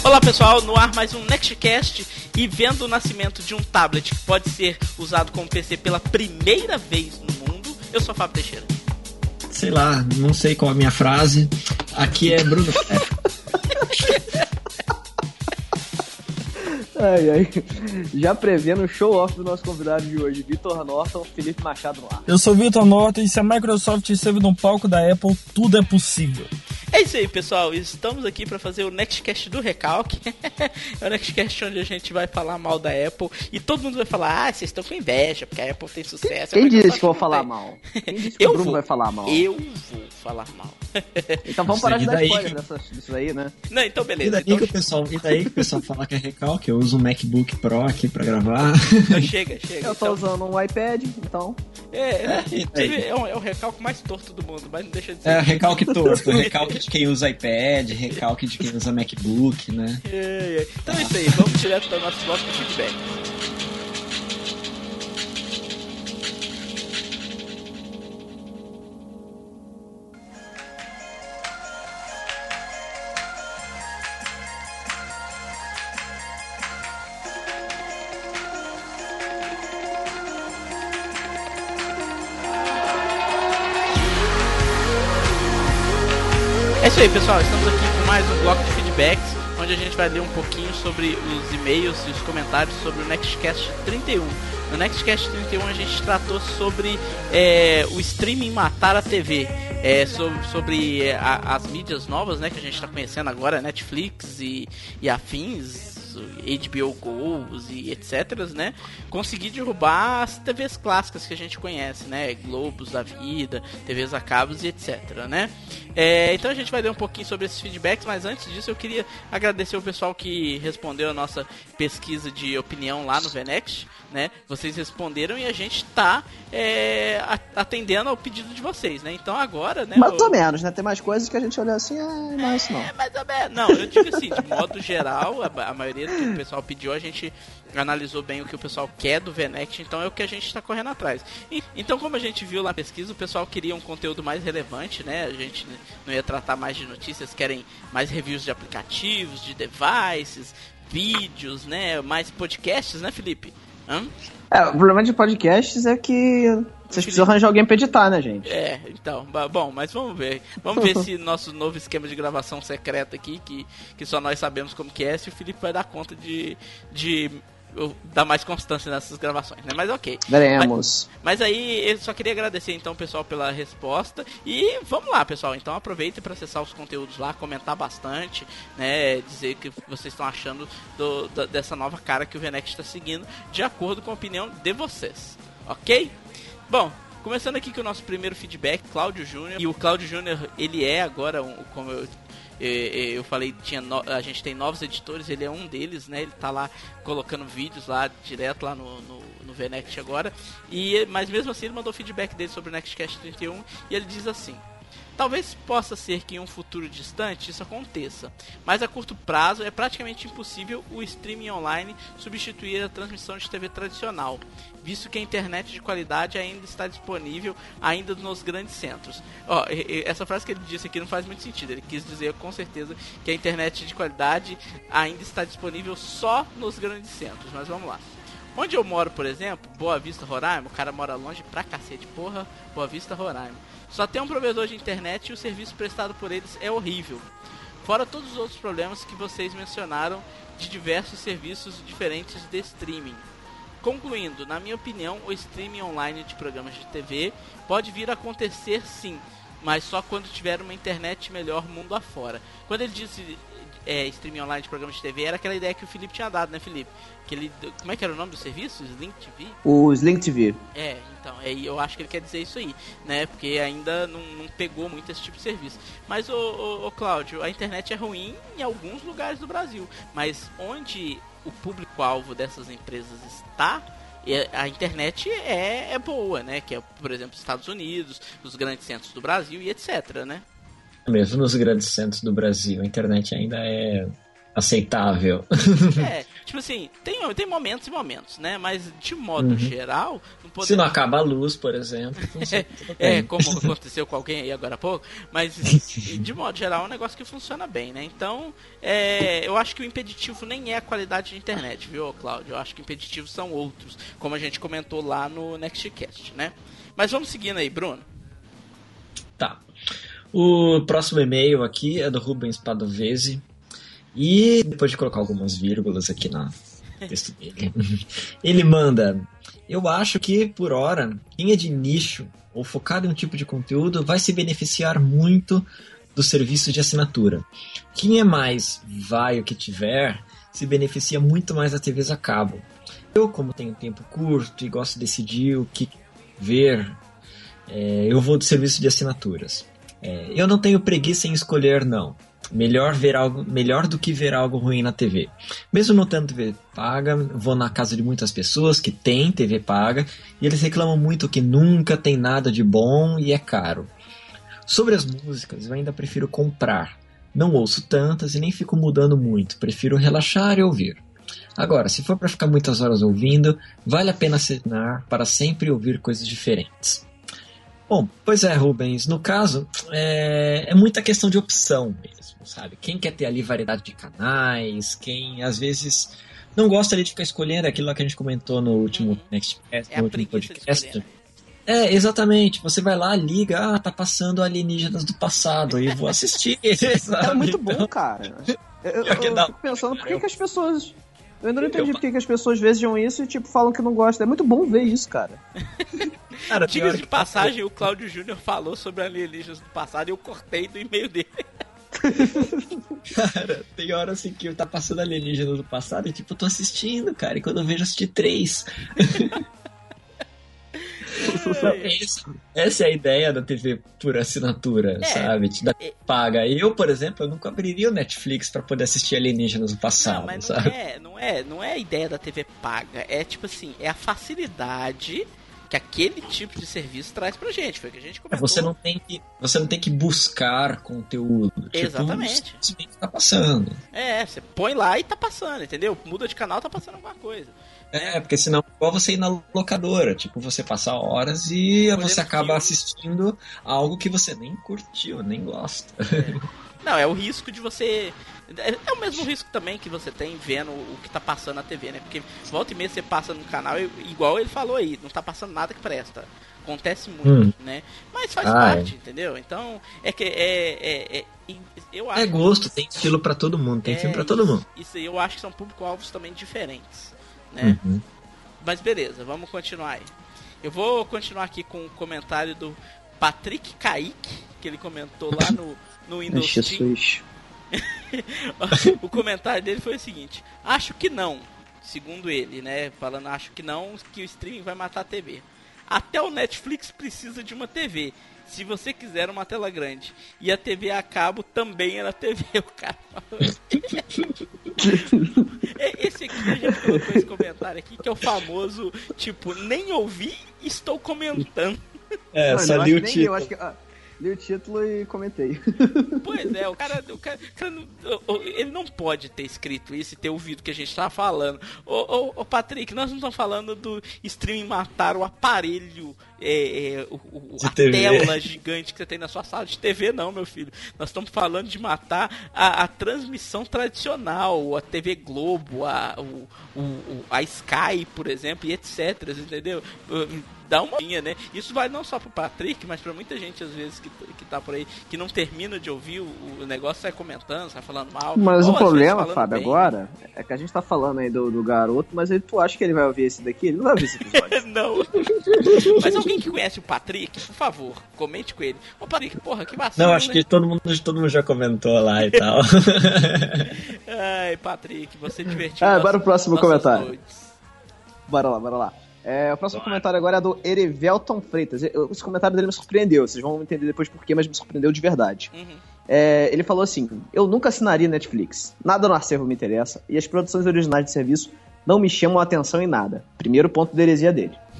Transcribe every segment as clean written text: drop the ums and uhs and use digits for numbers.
Olá pessoal, no ar mais um Nextcast e vendo o nascimento de um tablet que pode ser usado como PC pela primeira vez no mundo, eu sou Fábio Teixeira. Sei lá, não sei qual a minha frase. Aqui é Bruno. Ai. Já prevendo o show-off do nosso convidado de hoje, Vitor Norton, Felipe Machado no ar. Eu sou o Vitor Norton e se a Microsoft esteve num palco da Apple, tudo é possível. É isso aí, pessoal. Estamos aqui para fazer o Nextcast do Recalque. É o Nextcast onde a gente vai falar mal da Apple e todo mundo vai falar, vocês estão com inveja, porque a Apple tem sucesso. Quem disse que eu vou falar mal? Quem disse que o Bruno vai falar mal? Eu vou falar mal. Então vamos parar de dar spoiler disso aí, né? Não, então beleza. E daí que o pessoal fala que é Recalque, eu uso um MacBook Pro aqui pra gravar. Então, chega. Eu tô usando um iPad, então... É o recalque mais torto do mundo, mas não deixa de ser. É, recalque torto, recalque de quem usa iPad, recalque de quem usa MacBook, né? Então é isso aí, vamos direto para o nosso bloco de feedback. É isso aí, pessoal, estamos aqui com mais um bloco de feedbacks, onde a gente vai ler um pouquinho sobre os e-mails e os comentários sobre o Nextcast 31. No Nextcast 31 a gente tratou sobre o streaming matar a TV, sobre as mídias novas, né, que a gente está conhecendo agora, Netflix e afins, HBO Go e etc, né? Conseguir derrubar as TVs clássicas que a gente conhece, né? Globos da vida, TVs a cabos e etc, né? Então a gente vai ler um pouquinho sobre esses feedbacks, mas antes disso eu queria agradecer o pessoal que respondeu a nossa pesquisa de opinião lá no VNext, né? Vocês responderam e a gente tá atendendo ao pedido de vocês, né? Então agora, né? Mais ou menos, né? Tem mais coisas que a gente olha assim, não é isso não. Mais ou menos. Não, eu digo assim, de modo geral, a maioria do que o pessoal pediu, a gente analisou bem o que o pessoal quer do VNext, então é o que a gente está correndo atrás. Então, como a gente viu lá na pesquisa, o pessoal queria um conteúdo mais relevante, né? A gente não ia tratar mais de notícias, querem mais reviews de aplicativos, de devices, vídeos, né? Mais podcasts, né, Felipe? O problema de podcasts é que vocês precisam arranjar alguém pra editar, né, gente? Então, bom, mas vamos ver. Vamos ver se nosso novo esquema de gravação secreta aqui, que só nós sabemos como que é, se o Felipe vai dar conta de dar mais constância nessas gravações, né? Mas ok. Veremos. Mas aí, eu só queria agradecer então, pessoal, pela resposta. E vamos lá, pessoal. Então aproveitem para acessar os conteúdos lá, comentar bastante, né? Dizer o que vocês estão achando dessa nova cara que o VNext está seguindo, de acordo com a opinião de vocês. Ok? Bom, começando aqui com o nosso primeiro feedback, Cláudio Júnior. E o Cláudio Júnior, ele é agora, como eu falei, a gente tem novos editores, ele é um deles, né? Ele tá lá colocando vídeos lá, direto lá no VNext agora. Mas mesmo assim ele mandou feedback dele sobre o Nextcast 31 e ele diz assim: talvez possa ser que em um futuro distante isso aconteça, mas a curto prazo é praticamente impossível o streaming online substituir a transmissão de TV tradicional, visto que a internet de qualidade ainda está disponível ainda nos grandes centros. Essa frase que ele disse aqui não faz muito sentido, ele quis dizer com certeza que a internet de qualidade ainda está disponível só nos grandes centros, mas vamos lá. Onde eu moro, por exemplo, Boa Vista, Roraima, o cara mora longe pra cacete, porra, Boa Vista, Roraima. Só tem um provedor de internet e o serviço prestado por eles é horrível. Fora todos os outros problemas que vocês mencionaram de diversos serviços diferentes de streaming. Concluindo, na minha opinião, o streaming online de programas de TV pode vir a acontecer sim, mas só quando tiver uma internet melhor mundo afora. Quando ele disse streaming online de programas de TV, era aquela ideia que o Felipe tinha dado, né, Felipe? Como é que era o nome do serviço? Sling TV? O Sling TV. Então, eu acho que ele quer dizer isso aí, né? Porque ainda não pegou muito esse tipo de serviço. Mas, ô Cláudio, a internet é ruim em alguns lugares do Brasil, mas onde o público-alvo dessas empresas está, a internet é boa, né? Que é, por exemplo, os Estados Unidos, os grandes centros do Brasil e etc, né? Mesmo nos grandes centros do Brasil, a internet ainda é aceitável. Tipo assim, tem momentos e momentos, né? Mas de modo geral... Se não acaba a luz, por exemplo... como aconteceu com alguém aí agora há pouco. Mas, de modo geral, é um negócio que funciona bem, né? Então, eu acho que o impeditivo nem é a qualidade de internet, viu, Cláudio? Eu acho que o impeditivo são outros, como a gente comentou lá no Nextcast, né? Mas vamos seguindo aí, Bruno. Tá. O próximo e-mail aqui é do Rubens Padovese. E depois de colocar algumas vírgulas aqui na texto dele, ele manda: eu acho que, por hora, quem é de nicho ou focado em um tipo de conteúdo vai se beneficiar muito do serviço de assinatura. Quem é mais vai o que tiver, se beneficia muito mais da TVs a cabo. Eu, como tenho tempo curto e gosto de decidir o que ver, eu vou do serviço de assinaturas. Eu não tenho preguiça em escolher, não. Melhor do que ver algo ruim na TV. Mesmo não tendo TV paga, vou na casa de muitas pessoas que têm TV paga e eles reclamam muito que nunca tem nada de bom e é caro. Sobre as músicas, eu ainda prefiro comprar. Não ouço tantas e nem fico mudando muito. Prefiro relaxar e ouvir. Agora, se for para ficar muitas horas ouvindo, vale a pena assinar para sempre ouvir coisas diferentes. Bom, pois é, Rubens, no caso, é muita questão de opção mesmo, sabe? Quem quer ter ali variedade de canais, quem às vezes não gosta ali de ficar escolhendo aquilo lá que a gente comentou no último Nextcast, no último podcast. Exatamente, você vai lá, liga, tá passando Alienígenas do Passado, aí vou assistir, sabe? É muito bom, cara. Eu fico pensando, por que as pessoas... Eu ainda não entendi por que as pessoas vejam isso e falam que não gostam. É muito bom ver isso, cara. Diga de passagem, o Cláudio Júnior falou sobre alienígenas do passado e eu cortei do e-mail dele. Cara, tem hora assim que tá passando alienígenas do passado e eu tô assistindo, cara. E quando eu vejo, assisti 3. Essa é a ideia da TV por assinatura, sabe? Te dá paga. Eu, por exemplo, eu nunca abriria o Netflix pra poder assistir Alienígenas do Passado, mas sabe? Não é a ideia da TV paga. É é a facilidade que aquele tipo de serviço traz pra gente. Foi o que a gente comentou. Você não tem que buscar conteúdo. Exatamente. Simplesmente tá passando. Você põe lá e tá passando, entendeu? Muda de canal, tá passando alguma coisa. Porque senão é igual você ir na locadora, você passar horas e você acaba assistindo algo que você nem curtiu, nem gosta. Não, é o risco de você... É o mesmo risco também que você tem vendo o que tá passando na TV, né? Porque volta e meia você passa no canal, igual ele falou aí, não tá passando nada que presta. Acontece muito, né? Mas faz parte, entendeu? Então, eu acho... É gosto, tem estilo pra todo mundo, tem filme pra todo mundo. Isso aí eu acho que são público-alvos também diferentes, né? Mas beleza, vamos continuar aí. Eu vou continuar aqui com o comentário do Patrick Kaique, que ele comentou lá no Windows Team. O comentário dele foi o seguinte: acho que não, segundo ele, né? Falando, acho que não, que o streaming vai matar a TV. Até o Netflix precisa de uma TV. Se você quiser uma tela grande. E a TV a cabo também é na TV. O cara falou. Esse aqui já colocou esse comentário aqui, que é o famoso, nem ouvi, estou comentando. Só li o título. Eu acho que... li o título e comentei. Pois é, o cara ele não pode ter escrito isso e ter ouvido o que a gente tá falando. Ô Patrick, nós não estamos falando do streaming matar o aparelho, a tela gigante que você tem na sua sala de TV, não, meu filho. Nós estamos falando de matar a transmissão tradicional, a TV Globo, a Sky, por exemplo, e etc, entendeu? Dá uma linha, né? Isso vai não só pro Patrick, mas pra muita gente, às vezes, que tá por aí, que não termina de ouvir o negócio, sai comentando, sai falando mal. Mas o problema, Fábio, agora, é que a gente tá falando aí do garoto, mas tu acha que ele vai ouvir esse daqui? Ele não vai ouvir esse episódio. Não. Mas alguém que conhece o Patrick, por favor, comente com ele. Ô, Patrick, porra, que vacilo, Não, acho que todo mundo já comentou lá e tal. Ai, Patrick, você divertiu. Agora o próximo comentário. Bora lá. O próximo comentário agora é do Erivelton Freitas. Esse comentário dele me surpreendeu. Vocês vão entender depois porquê, mas me surpreendeu de verdade. Ele falou assim: eu nunca assinaria Netflix. Nada no acervo me interessa. E as produções originais de serviço não me chamam a atenção em nada. Primeiro ponto da heresia dele.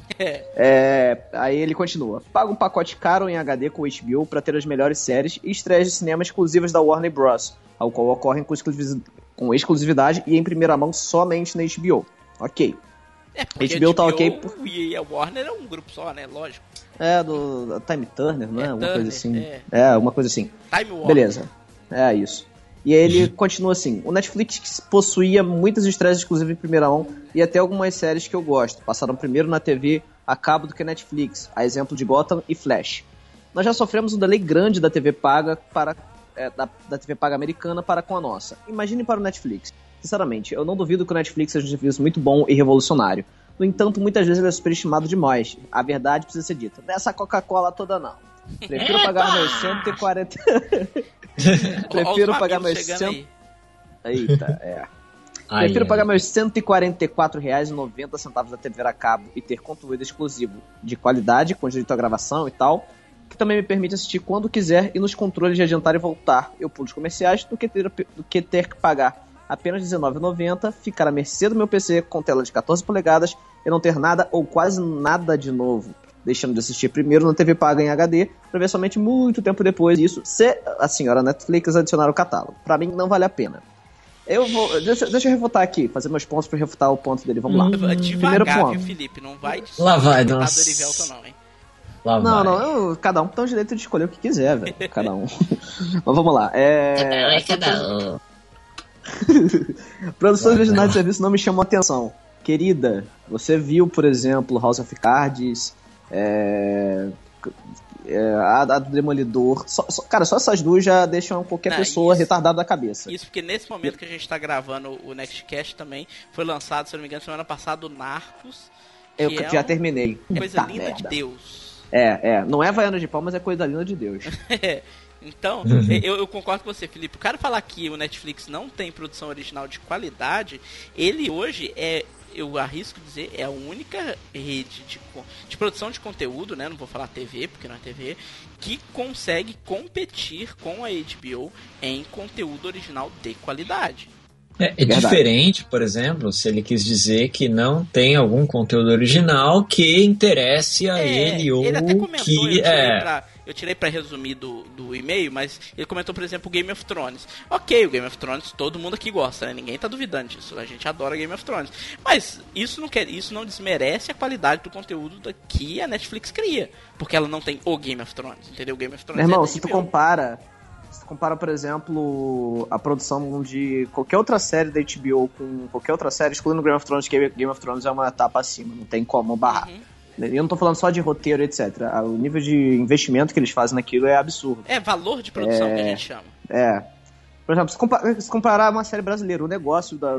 Aí ele continua. Paga um pacote caro em HD com o HBO para ter as melhores séries e estreias de cinema exclusivas da Warner Bros., ao qual ocorrem com exclusividade e em primeira mão somente na HBO. Ok. Porque HBO tá ok. E a Warner é um grupo só, né? Lógico. Do Time Turner, não é? Uma coisa assim. Uma coisa assim. Time Warner. Beleza. É isso. E aí ele continua assim. O Netflix possuía muitas estreias exclusivas em primeira mão e até algumas séries que eu gosto. Passaram primeiro na TV a cabo do que a Netflix, a exemplo de Gotham e Flash. Nós já sofremos um delay grande da TV paga da TV paga americana para com a nossa. Imagine para o Netflix. Sinceramente, eu não duvido que o Netflix seja um serviço muito bom e revolucionário. No entanto, muitas vezes ele é superestimado demais. A verdade precisa ser dita. Nessa Coca-Cola toda não. Prefiro pagar meus 140... Prefiro pagar meus... Prefiro pagar meus R$ 144,90 da TV a cabo e ter conteúdo exclusivo de qualidade, com direito à gravação e tal, que também me permite assistir quando quiser e nos controles de adiantar e voltar. Eu pulo os comerciais do que ter que pagar apenas R$19,90, ficar à mercê do meu PC com tela de 14 polegadas e não ter nada ou quase nada de novo, deixando de assistir primeiro na TV paga em HD, para ver somente muito tempo depois isso, se a senhora Netflix adicionar o catálogo. Pra mim, não vale a pena. Deixa eu refutar aqui, fazer meus pontos pra refutar o ponto dele, vamos lá. Primeiro ponto. Viu, Felipe? Não vai lá vai, do Erivelton não, hein? Cada um tem o direito de escolher o que quiser, velho. Cada um. Mas vamos lá. Cada um. Produções originais de serviço não me chamam a atenção. Querida, você viu, por exemplo, House of Cards, a do Demolidor. Cara, só essas duas já deixam qualquer pessoa retardada da cabeça. Isso porque nesse momento que a gente tá gravando o Nextcast também foi lançado, se eu não me engano, semana passada o Narcos. Eu já terminei. Coisa linda de Deus. Não é Havaiana de Pau, mas é coisa linda de Deus. Então, eu concordo com você, Felipe. O cara falar que o Netflix não tem produção original de qualidade, ele hoje eu arrisco dizer, é a única rede de produção de conteúdo, né? Não vou falar TV, porque não é TV, que consegue competir com a HBO em conteúdo original de qualidade. É diferente, por exemplo, se ele quis dizer que não tem algum conteúdo original que interesse a ele ou ele até comentou, que eu tirei pra resumir do e-mail, mas ele comentou, por exemplo, o Game of Thrones. Ok, o Game of Thrones todo mundo aqui gosta, né? Ninguém tá duvidando disso. A gente adora Game of Thrones. Mas isso não desmerece a qualidade do conteúdo que a Netflix cria. Porque ela não tem o Game of Thrones, entendeu? O Game of Thrones Meu irmão, se tu compara, por exemplo, a produção de qualquer outra série da HBO com qualquer outra série, excluindo Game of Thrones, que Game of Thrones é uma etapa acima, não tem como barrar. Eu não tô falando só de roteiro, etc. O nível de investimento que eles fazem naquilo é absurdo. Valor de produção que a gente chama. Por exemplo, se comparar uma série brasileira, o negócio da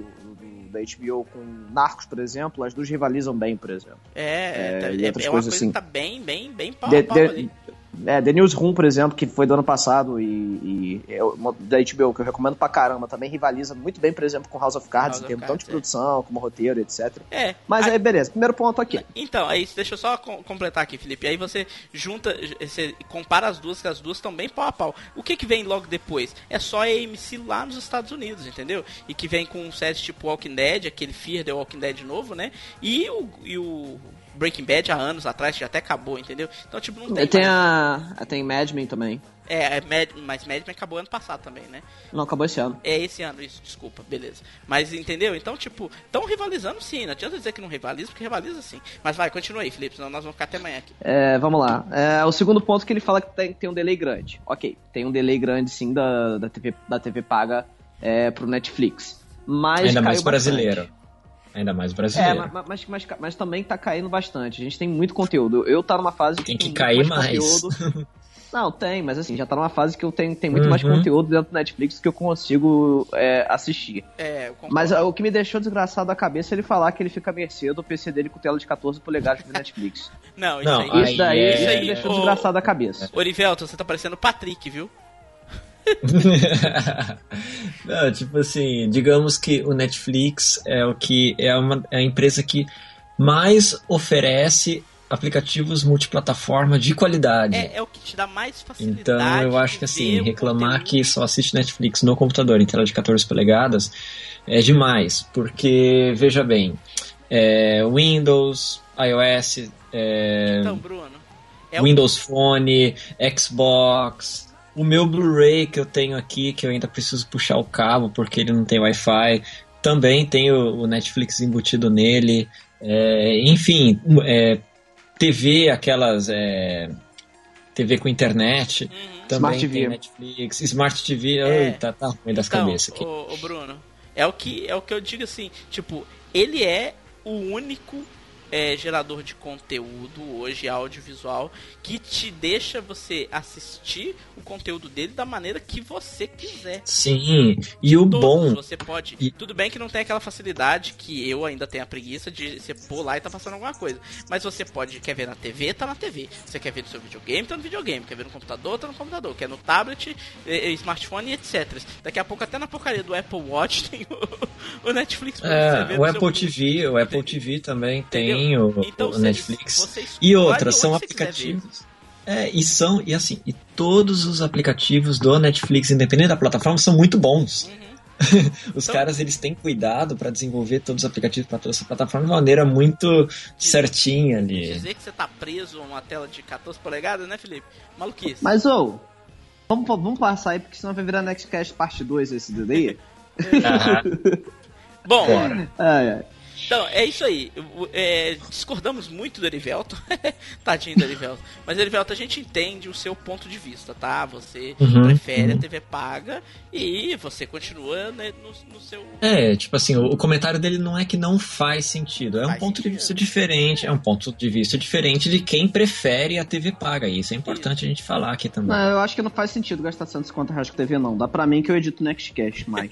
HBO com Narcos, por exemplo, as duas rivalizam bem, por exemplo. E outras coisas coisa assim. Que tá bem pau a pau ali. The Newsroom, por exemplo, que foi do ano passado e da HBO, que eu recomendo pra caramba, também rivaliza muito bem, por exemplo, com House of Cards, em termos tanto de produção, como roteiro, etc. Mas aí, beleza, primeiro ponto aqui. Então, aí deixa eu só completar aqui, Felipe. Aí você você compara as duas, que as duas estão bem pau a pau. O que vem logo depois? É só a AMC lá nos Estados Unidos, entendeu? E que vem com séries tipo Walking Dead, aquele Fear the Walking Dead novo, né? E o Breaking Bad há anos atrás, que já até acabou, entendeu? Então, tipo, não tem tem Mad Men também. Mas Mad Men acabou ano passado também, né? Não, acabou esse ano. Esse ano, isso, desculpa, beleza. Mas, entendeu? Então, tipo, estão rivalizando sim, não adianta dizer que não rivaliza, porque rivaliza sim. Mas vai, continua aí, Felipe, senão nós vamos ficar até amanhã aqui. Vamos lá. O segundo ponto que ele fala que tem um delay grande. Ok, tem um delay grande sim da TV paga pro Netflix. Mas ainda mais brasileiro. Ainda mais brasileiro. Mas também tá caindo bastante. A gente tem muito conteúdo. Eu tá numa fase que tem que cair mais. Não, tem, mas assim, já tá numa fase que eu tenho muito mais conteúdo dentro do Netflix que eu consigo assistir. Mas o que me deixou desgraçado da cabeça é ele falar que ele fica à mercê do PC dele com tela de 14 polegadas do Netflix. Isso daí me deixou desgraçado da cabeça. Orivelton, você tá parecendo o Patrick, viu? Não, tipo assim, digamos que o Netflix é a empresa que mais oferece aplicativos multiplataforma de qualidade. É o que te dá mais facilidade. Então eu acho que assim, reclamar que só assiste Netflix no computador em tela de 14 polegadas é demais, porque veja bem, Windows, iOS, Então, Bruno, Windows Phone, Xbox, o meu Blu-ray que eu tenho aqui, que eu ainda preciso puxar o cabo porque ele não tem Wi-Fi, também tem o Netflix embutido nele, enfim, TV, aquelas TV com internet, também Smart tem TV. Netflix, Smart TV, tá ruim das cabeças aqui. Ô, Bruno, é o que eu digo assim, tipo, ele é o único gerador de conteúdo hoje audiovisual que te deixa você assistir o conteúdo dele da maneira que você quiser. Sim, e o bom... Você pode... Tudo bem que não tem aquela facilidade que eu ainda tenho a preguiça de você pôr lá e tá passando alguma coisa. Mas você pode... Quer ver na TV, tá na TV. Você quer ver no seu videogame, tá no videogame. Quer ver no computador, tá no computador. Quer no tablet, smartphone, etc. Daqui a pouco até na porcaria do Apple Watch tem o Netflix pra você ver. O Apple TV também tem então, o Netflix. E outras, são aplicativos. E todos os aplicativos do Netflix, independente da plataforma, são muito bons. Os caras, eles têm cuidado para desenvolver todos os aplicativos para todas as plataformas de maneira muito certinha ali. Dizer que você tá preso a uma tela de 14 polegadas, né, Felipe? Maluquice. Mas, vamos passar aí, porque senão vai virar Nextcast parte 2 esse daí. Bom, então, é isso aí. Discordamos muito do Erivelto. Tadinho do Erivelto. Mas, Erivelto, a gente entende o seu ponto de vista, tá? Você prefere a TV paga e você continua, né, no seu... tipo assim, o comentário dele não é que não faz sentido. É um ponto de vista diferente. É um ponto de vista diferente de quem prefere a TV paga. E isso é importante a gente falar aqui também. Não, eu acho que não faz sentido gastar 150 reais com TV, não. Dá pra mim que eu edito Nextcast mais.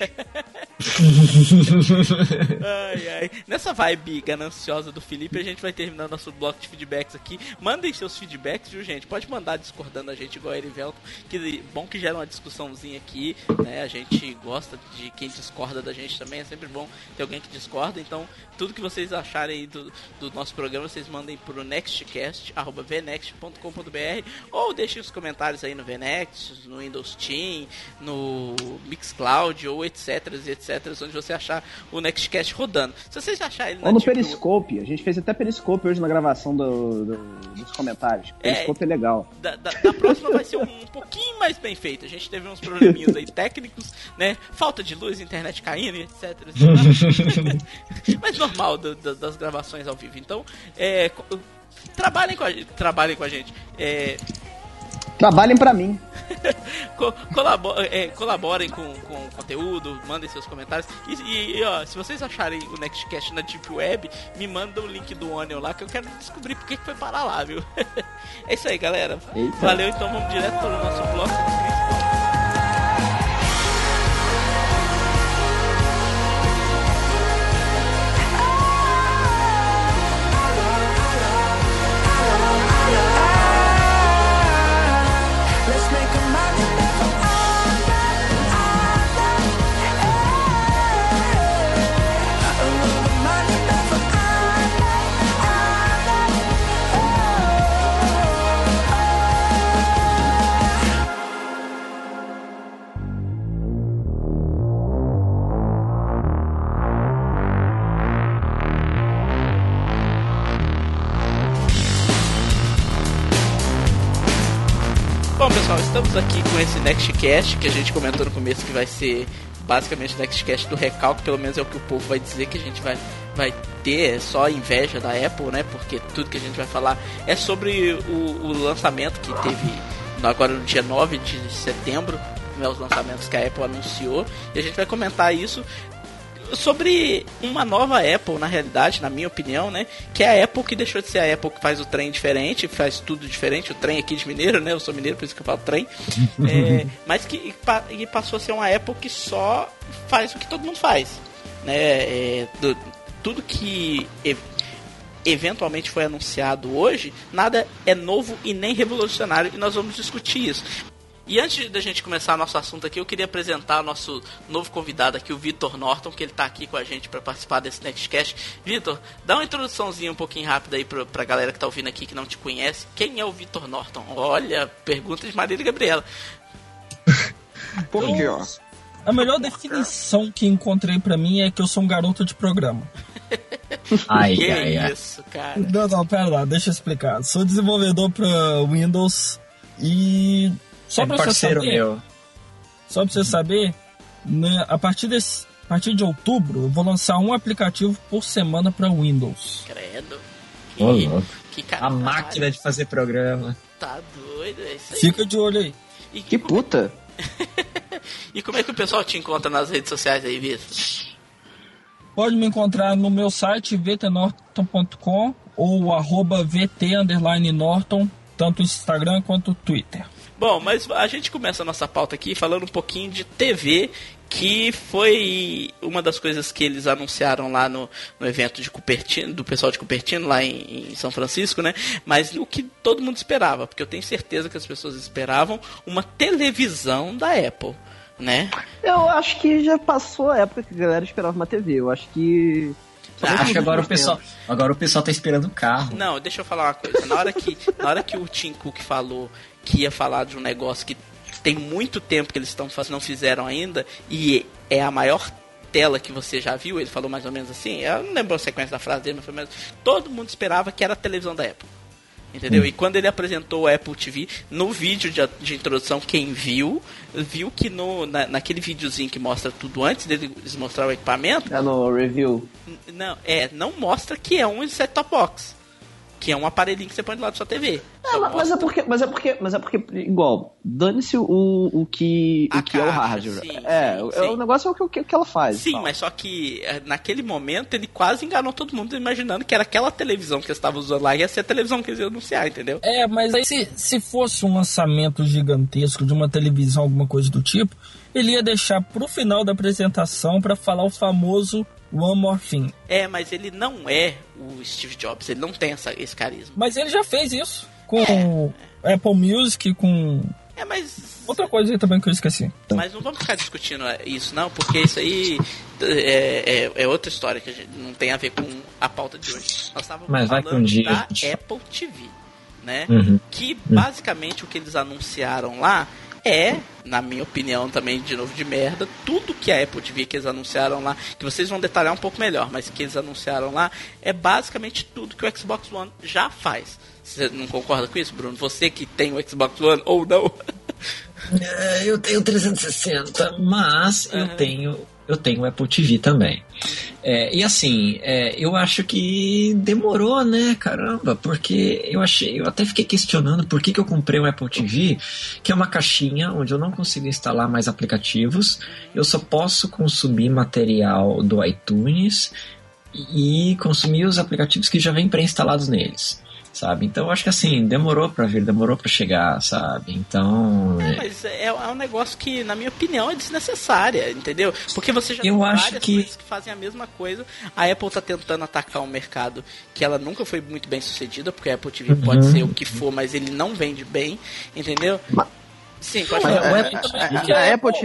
Ai. Nessa vibe gananciosa do Felipe, a gente vai terminar nosso bloco de feedbacks aqui. Mandem seus feedbacks, viu, gente? Pode mandar discordando a gente igual a Erivelto, que bom que gera uma discussãozinha aqui, né? A gente gosta de quem discorda da gente também, é sempre bom ter alguém que discorda. Então, tudo que vocês acharem aí do nosso programa, vocês mandem pro nextcast@vnext.com.br ou deixem os comentários aí no Vnext, no Windows Team, no Mixcloud ou etc, onde você achar o Nextcast rodando. Se vocês acharem ele ou no Periscope, a gente fez até Periscope hoje na gravação dos comentários. Periscope é legal. Da próxima vai ser um pouquinho mais bem feito. A gente teve uns probleminhas aí técnicos, né? Falta de luz, internet caindo, etc. Mas normal das gravações ao vivo. Então, trabalhem com a gente. Trabalhem pra mim. Colaborem com o conteúdo, mandem seus comentários. E se vocês acharem o Nextcast na Deep Web, me mandam o link do Onion lá, que eu quero descobrir por que foi parar lá, viu? É isso aí, galera. Eita. Valeu, então vamos direto para o nosso bloco principal. Bom, pessoal, estamos aqui com esse Nextcast que a gente comentou no começo que vai ser basicamente o Nextcast do recalque, pelo menos é o que o povo vai dizer que a gente vai ter, só inveja da Apple, né? Porque tudo que a gente vai falar é sobre o lançamento que teve agora no dia 9 de setembro, né, os lançamentos que a Apple anunciou, e a gente vai comentar isso sobre uma nova Apple, na realidade, na minha opinião, né? Que é a Apple que deixou de ser a Apple que faz o trem diferente, faz tudo diferente, o trem aqui de mineiro, né? Eu sou mineiro, por isso que eu falo trem. Mas que passou a ser uma Apple que só faz o que todo mundo faz, né? Tudo que eventualmente foi anunciado hoje, nada é novo e nem revolucionário, e nós vamos discutir isso. E antes da gente começar nosso assunto aqui, eu queria apresentar o nosso novo convidado aqui, o Vitor Norton, que ele tá aqui com a gente para participar desse Nextcast. Vitor, dá uma introduçãozinha um pouquinho rápida aí pra galera que tá ouvindo aqui, que não te conhece. Quem é o Vitor Norton? Olha, pergunta de Marília Gabriela. Por quê, ó? A melhor definição que encontrei pra mim é que eu sou um garoto de programa. Ai, Que ai, ai. isso, cara. Não, pera lá, deixa eu explicar. Sou desenvolvedor pra Windows e... Só É pra você parceiro saber, meu. Só pra você saber, né, a partir de outubro, eu vou lançar um aplicativo por semana pra Windows. Credo. Ô, louco. Que cara. A máquina de fazer programa. Tá doido, é isso aí. Fica de olho aí. E Que puta. E como é que o pessoal te encontra nas redes sociais aí, Vitor? Pode me encontrar no meu site vtnorton.com ou @vt_norton, tanto no Instagram quanto no Twitter. Bom, mas a gente começa a nossa pauta aqui falando um pouquinho de TV, que foi uma das coisas que eles anunciaram lá no evento de Cupertino, do pessoal de Cupertino, lá em São Francisco, né? Mas o que todo mundo esperava, porque eu tenho certeza que as pessoas esperavam uma televisão da Apple, né? Eu acho que já passou a época que a galera esperava uma TV. Eu acho que... Acho que agora o pessoal tá esperando o carro. Não, deixa eu falar uma coisa. Na hora que o Tim Cook falou que ia falar de um negócio que tem muito tempo que eles não fizeram ainda, e é a maior tela que você já viu, ele falou mais ou menos assim, eu não lembro a sequência da frase dele, mas foi mais... Todo mundo esperava que era a televisão da Apple. Entendeu? E quando ele apresentou o Apple TV, no vídeo de introdução, quem viu que naquele videozinho que mostra tudo antes deles mostrar o equipamento... É no review. Não mostra que é um set-top box. Que é um aparelhinho que você põe do lado da sua TV. Mas é porque, igual, dane-se o que é o hardware. Sim. O negócio é o que ela faz. Sim, mas só que naquele momento ele quase enganou todo mundo imaginando que era aquela televisão que eles estavam usando lá, ia ser a televisão que eles iam anunciar, entendeu? Mas aí se fosse um lançamento gigantesco de uma televisão, alguma coisa do tipo, ele ia deixar pro final da apresentação pra falar o famoso One More Thing. Mas ele não é o Steve Jobs, ele não tem esse carisma. Mas ele já fez isso com Apple Music, com... mas... Outra coisa aí também que eu esqueci. Mas não vamos ficar discutindo isso não, porque isso aí é outra história que a gente não tem a ver com a pauta de hoje. Nós estávamos falando da Apple TV, né? Que basicamente o que eles anunciaram lá na minha opinião também, de novo, de merda, tudo que a Apple TV que eles anunciaram lá, que vocês vão detalhar um pouco melhor, mas que eles anunciaram lá, é basicamente tudo que o Xbox One já faz. Você não concorda com isso, Bruno? Você que tem o Xbox One ou não? Eu tenho 360, mas eu tenho o Apple TV também. E assim, eu acho que demorou, né, caramba, porque eu até fiquei questionando por que eu comprei um Apple TV, que é uma caixinha onde eu não consigo instalar mais aplicativos, eu só posso consumir material do iTunes e consumir os aplicativos que já vêm pré-instalados neles. Sabe? Então eu acho que assim, demorou pra chegar, sabe? Então... Mas é um negócio que, na minha opinião, é desnecessária, entendeu? Porque você já tem várias coisas que fazem a mesma coisa. A Apple tá tentando atacar um mercado que ela nunca foi muito bem sucedida, porque a Apple TV pode ser o que for, mas ele não vende bem, entendeu? Sim, pode falar. A Apple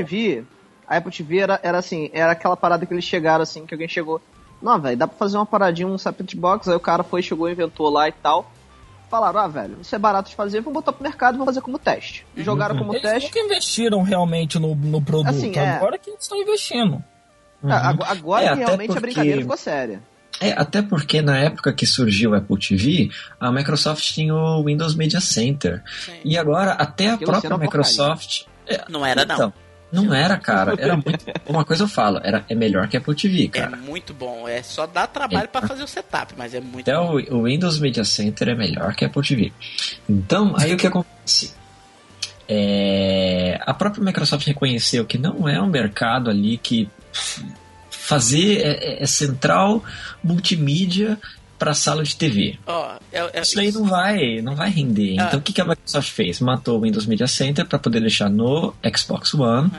TV era assim, era aquela parada que eles chegaram assim, que alguém chegou... Não, velho, dá pra fazer uma paradinha, um set box, aí o cara chegou, inventou lá e tal. Falaram, velho, isso é barato de fazer, vamos botar pro mercado e vamos fazer como teste. E jogaram como eles teste. Nunca investiram realmente no produto, assim, agora que eles estão investindo. Agora que realmente a brincadeira ficou séria. Até porque na época que surgiu o Apple TV, a Microsoft tinha o Windows Media Center. Sim. E agora até a própria Microsoft... Não era, não. Então, não era, cara. Era muito... Uma coisa eu falo, é melhor que a Apple TV, cara. É muito bom. É só dar trabalho pra fazer o setup, mas é muito até bom. O Windows Media Center é melhor que a Apple TV. Então, aí o que acontece? A própria Microsoft reconheceu que não é um mercado ali que fazer central multimídia para sala de TV. Isso aí não vai render. Então o que a Microsoft fez? Matou o Windows Media Center para poder deixar no Xbox One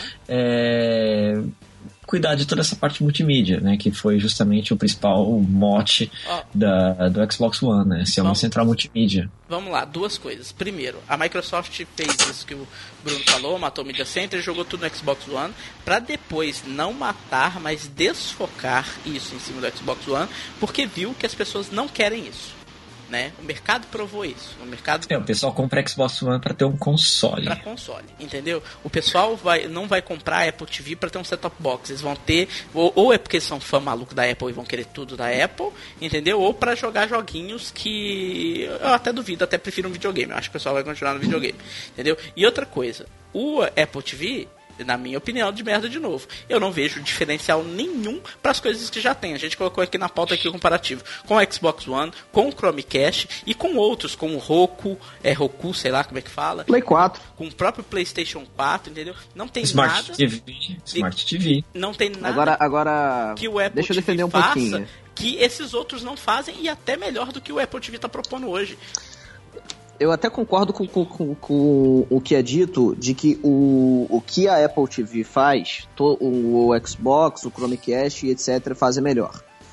cuidar de toda essa parte multimídia, né? Que foi justamente o principal mote do Xbox One, né? Ser uma central multimídia. Vamos lá, duas coisas. Primeiro, a Microsoft fez isso que o Bruno falou, matou o Media Center, jogou tudo no Xbox One, para depois não matar, mas desfocar isso em cima do Xbox One, porque viu que as pessoas não querem isso. né? O mercado provou isso. O pessoal compra Xbox One para ter um console. Para console, entendeu? O pessoal não vai comprar Apple TV para ter um set-top box. Eles vão ter, ou é porque são fã maluco da Apple e vão querer tudo da Apple, entendeu? Ou para jogar joguinhos que eu até duvido, até prefiro um videogame. Eu acho que o pessoal vai continuar no videogame, entendeu? E outra coisa, o Apple TV, na minha opinião, de merda de novo. Eu não vejo diferencial nenhum para as coisas que já tem. A gente colocou aqui na pauta aqui o comparativo com o Xbox One, com o Chromecast e com outros, como o Roku, sei lá como é que fala. Play 4. Com o próprio PlayStation 4, entendeu? Não tem Smart nada... Smart TV. Não tem nada agora que o Apple deixa eu defender TV um faça pouquinho. que esses outros não fazem, e até melhor do que o Apple TV está propondo hoje. Eu até concordo com o que é dito, de que o que a Apple TV faz, o Xbox, o Chromecast e etc. fazem melhor.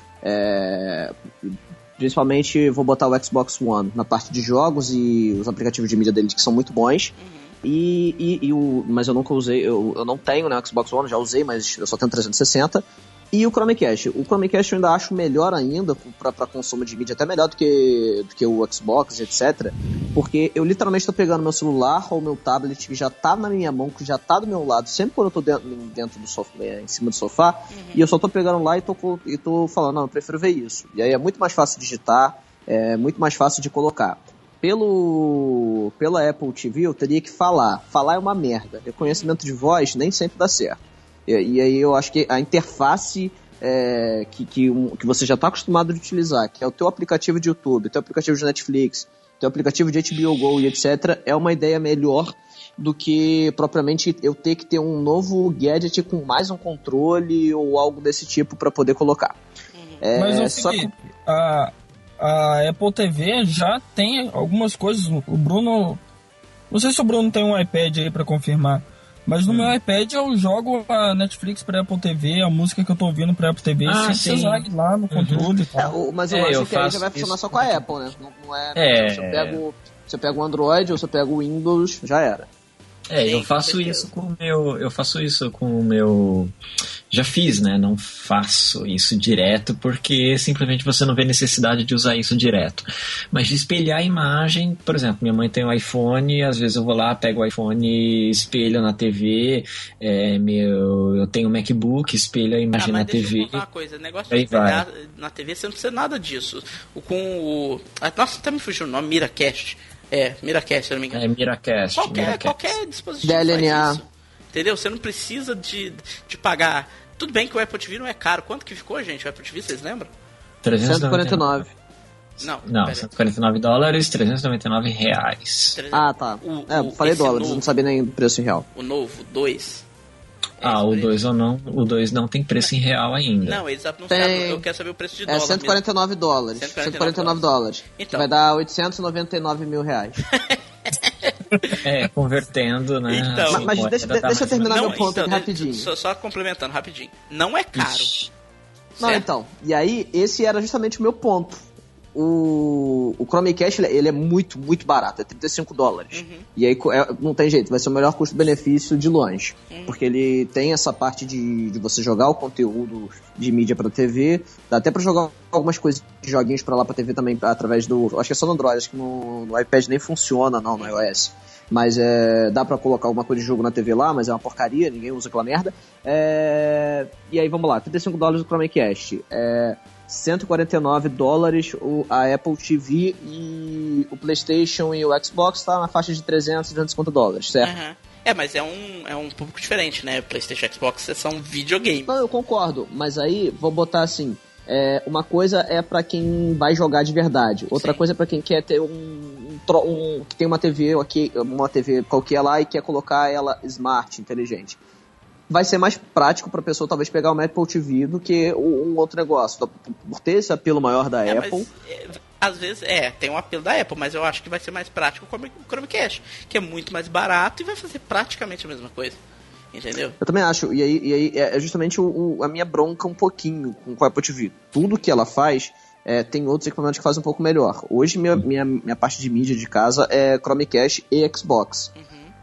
Principalmente vou botar o Xbox One na parte de jogos e os aplicativos de mídia deles que são muito bons. Mas eu nunca usei, eu não tenho, né, o Xbox One, já usei, mas eu só tenho 360. E o Chromecast. O Chromecast eu ainda acho melhor ainda para consumo de mídia, até melhor do que o Xbox, etc. Porque eu literalmente estou pegando meu celular ou meu tablet que já tá na minha mão, que já tá do meu lado, sempre quando eu tô dentro do sofá, em cima do sofá, e eu só tô pegando lá e tô falando, não, eu prefiro ver isso. E aí é muito mais fácil digitar, é muito mais fácil de colocar. Pela Apple TV eu teria que falar. Falar é uma merda. Reconhecimento de voz nem sempre dá certo. E aí eu acho que a interface que você já está acostumado a utilizar, que é o teu aplicativo de YouTube, o teu aplicativo de Netflix, o teu aplicativo de HBO Go e etc., é uma ideia melhor do que propriamente eu ter que ter um novo gadget com mais um controle ou algo desse tipo para poder colocar. Mas a Apple TV já tem algumas coisas. O Bruno... Não sei se o Bruno tem um iPad aí para confirmar. Mas no meu iPad eu jogo a Netflix pra Apple TV, a música que eu tô ouvindo pra Apple TV, sem precisar ir lá no controle e tal. Mas eu acho que aí já vai funcionar só com a Apple, né? Não é. Se eu pego o Android ou se eu pego o Windows, já era. Eu faço isso com o meu... Já fiz, né? Não faço isso direto porque simplesmente você não vê necessidade de usar isso direto. Mas de espelhar a imagem, por exemplo, minha mãe tem um iPhone, às vezes eu vou lá, pego o iPhone, espelho na TV, eu tenho um MacBook, espelho a imagem na TV. Deixa eu contar uma coisa, negócio de espelhar na TV, você não precisa nada disso. Nossa, até me fugiu o nome, Miracast. Miracast, se eu não me engano. Miracast. Qualquer dispositivo DLNA. faz isso. Entendeu? Você não precisa de pagar. Tudo bem que o Apple TV não é caro. Quanto que ficou, gente? O Apple TV, vocês lembram? 149. Não, $149, R$399. Ah, tá. Falei dólares, novo, não sabia nem o preço em real. O novo, 2. O 2 ou não, o 2 não tem preço em real ainda. Não, eles não sabem, eu quero saber o preço de dólar. $149. $149. Então. Que vai dar $899 mil. Convertendo, né? Então, mas deixa eu terminar meu ponto aqui rapidinho. Só complementando rapidinho. Não é caro. Não, então. E aí, esse era justamente o meu ponto. O Chromecast, ele é muito, muito barato. É $35. E aí, não tem jeito. Vai ser o melhor custo-benefício de longe. Porque ele tem essa parte de você jogar o conteúdo de mídia pra TV. Dá até pra jogar algumas coisas, joguinhos pra lá pra TV também, através do... Acho que é só no Android. Acho que no iPad nem funciona, não, no iOS. Mas dá pra colocar alguma coisa de jogo na TV lá, mas é uma porcaria, ninguém usa aquela merda. E aí, vamos lá. $35 o Chromecast. $149 a Apple TV, e o PlayStation e o Xbox tá na faixa de $350, certo? Mas é um público diferente, né? PlayStation e Xbox são videogames. Não, eu concordo, mas aí vou botar assim, uma coisa é pra quem vai jogar de verdade, outra coisa é pra quem quer ter que tem uma TV qualquer lá e quer colocar ela smart, inteligente. Vai ser mais prático pra pessoa talvez pegar uma Apple TV do que um outro negócio. Por ter esse apelo maior da Apple... Às vezes, tem um apelo da Apple, mas eu acho que vai ser mais prático com o Chromecast, que é muito mais barato e vai fazer praticamente a mesma coisa. Entendeu? Eu também acho. E aí é justamente a minha bronca um pouquinho com a Apple TV. Tudo que ela faz... tem outros equipamentos que fazem um pouco melhor. Hoje minha parte de mídia de casa é Chromecast e Xbox.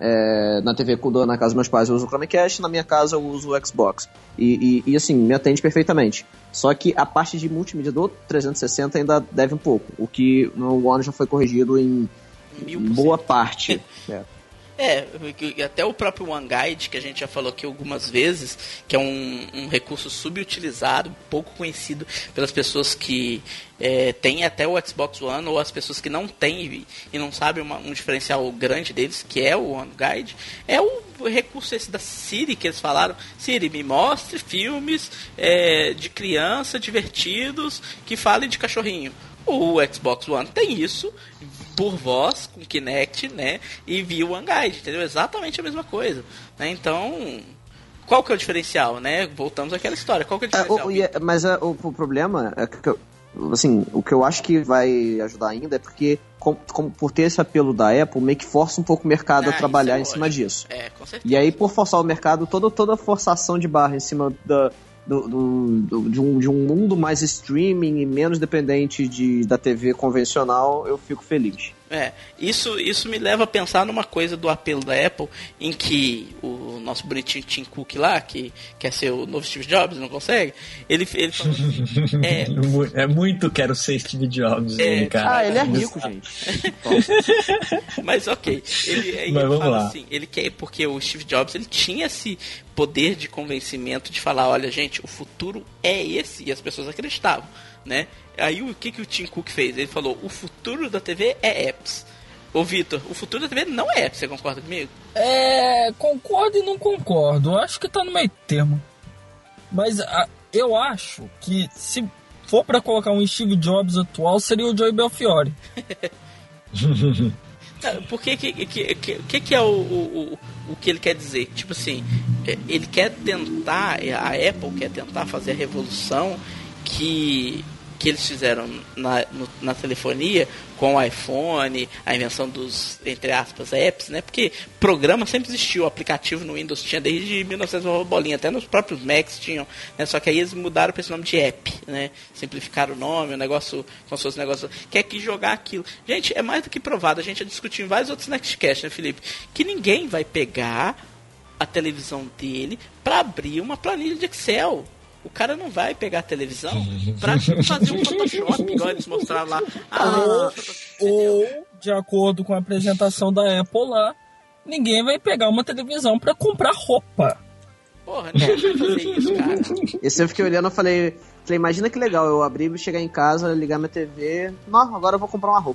Na TV na casa dos meus pais eu uso o Chromecast, na minha casa eu uso o Xbox. E assim, me atende perfeitamente. Só que a parte de multimídia do 360 ainda deve um pouco. O que no One já foi corrigido em boa parte. Até o próprio OneGuide, que a gente já falou aqui algumas vezes, que é um recurso subutilizado, pouco conhecido pelas pessoas que têm até o Xbox One, ou as pessoas que não têm e não sabem um diferencial grande deles, que é o OneGuide. É o recurso esse da Siri que eles falaram: Siri, me mostre filmes de criança divertidos que falem de cachorrinho. O Xbox One tem isso por voz, com Kinect, né? E via o OneGuide, entendeu? Exatamente a mesma coisa, né? Então, qual que é o diferencial, né? Voltamos àquela história. Qual que é o diferencial? Mas o problema é que, assim, o que eu acho que vai ajudar ainda é porque, por ter esse apelo da Apple, meio que força um pouco o mercado a trabalhar em cima disso. Com certeza. E aí, por forçar o mercado, toda a forçação de barra em cima de um mundo mais streaming e menos dependente da TV convencional, eu fico feliz. Isso me leva a pensar numa coisa do apelo da Apple, em que o nosso bonitinho Tim Cook lá, que quer ser o novo Steve Jobs, não consegue, ele falou assim, é muito quero ser Steve Jobs, cara. Ele é rico, gente. Mas ok, ele fala assim, ele quer, porque o Steve Jobs, ele tinha esse poder de convencimento de falar: olha, gente, o futuro é esse, e as pessoas acreditavam, né? Aí o que o Tim Cook fez? Ele falou: o futuro da TV é apps. Ô Vitor, o futuro da TV não é apps, você concorda comigo? Concordo e não concordo. Eu acho que tá no meio termo. Mas eu acho que se for pra colocar um Steve Jobs atual, seria o Joey Belfiore. Por que é o que ele quer dizer? Tipo assim, ele quer tentar, a Apple quer tentar fazer a revolução que eles fizeram na telefonia com o iPhone, a invenção dos, entre aspas, apps, né? Porque programa sempre existiu, o aplicativo no Windows tinha desde 1900 bolinha, até nos próprios Macs tinham, né? Só que aí eles mudaram para esse nome de app, né? Simplificaram o nome, o negócio, como se fosse um negócio, quer que jogar aquilo. Gente, é mais do que provado, a gente já discutiu em vários outros Nextcast, né, Felipe? Que ninguém vai pegar a televisão dele para abrir uma planilha de Excel. O cara não vai pegar a televisão pra fazer um Photoshop, igual eles mostraram lá. Ou, de acordo com a apresentação da Apple lá, ninguém vai pegar uma televisão pra comprar roupa. Porra, não vai fazer isso, cara. Esse eu fiquei olhando e falei, imagina que legal, eu abrir, chegar em casa, ligar minha TV, não, agora eu vou comprar uma roupa.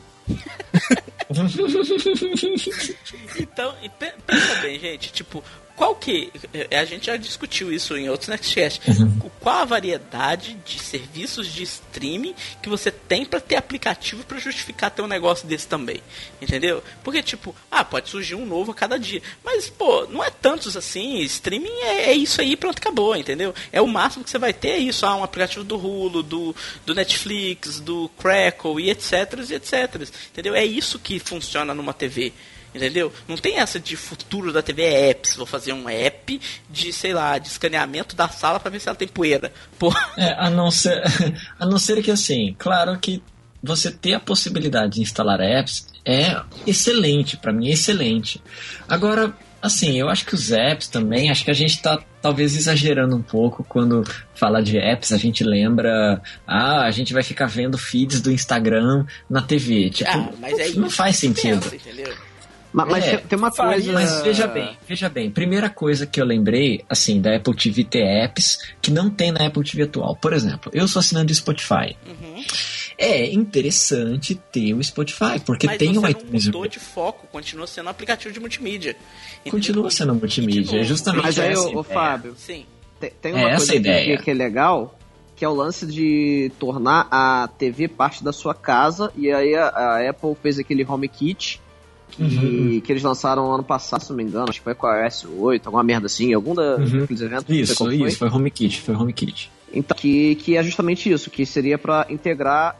Então, pensa bem, gente, tipo, qual que... A gente já discutiu isso em outros Nextcast. Qual a variedade de serviços de streaming que você tem pra ter aplicativo pra justificar ter um negócio desse também? Entendeu? Porque, tipo, pode surgir um novo a cada dia. Mas, pô, não é tantos assim. Streaming é isso aí, pronto, acabou, entendeu? É o máximo que você vai ter, é isso. Um aplicativo do Hulu, do Netflix, do Crackle e etc, entendeu? É isso que funciona numa TV. Entendeu? Não tem essa de futuro da TV é apps. Vou fazer um app de, sei lá, de escaneamento da sala pra ver se ela tem poeira. Porra. A não ser que, assim, claro que você ter a possibilidade de instalar apps é excelente, pra mim é excelente. Agora, assim, eu acho que os apps também, acho que a gente tá talvez exagerando um pouco quando fala de apps, a gente lembra, a gente vai ficar vendo feeds do Instagram na TV. Tipo, mas não faz sentido. Pensa, entendeu? Mas tem uma coisa... Mas veja bem, primeira coisa que eu lembrei, assim, da Apple TV ter apps que não tem na Apple TV atual. Por exemplo, eu sou assinante do Spotify. É interessante ter o Spotify, porque mas tem o iTunes. Mas mudou de foco, continua sendo um aplicativo de multimídia. Continua sendo multimídia, é justamente. Mas aí, ô Fábio, sim. Tem uma coisa que é legal, que é o lance de tornar a TV parte da sua casa, e aí a Apple fez aquele HomeKit, que eles lançaram ano passado, se não me engano, acho que foi com a S8, alguma merda assim, algum daqueles eventos. Isso, foi HomeKit. Então, que é justamente isso, que seria para integrar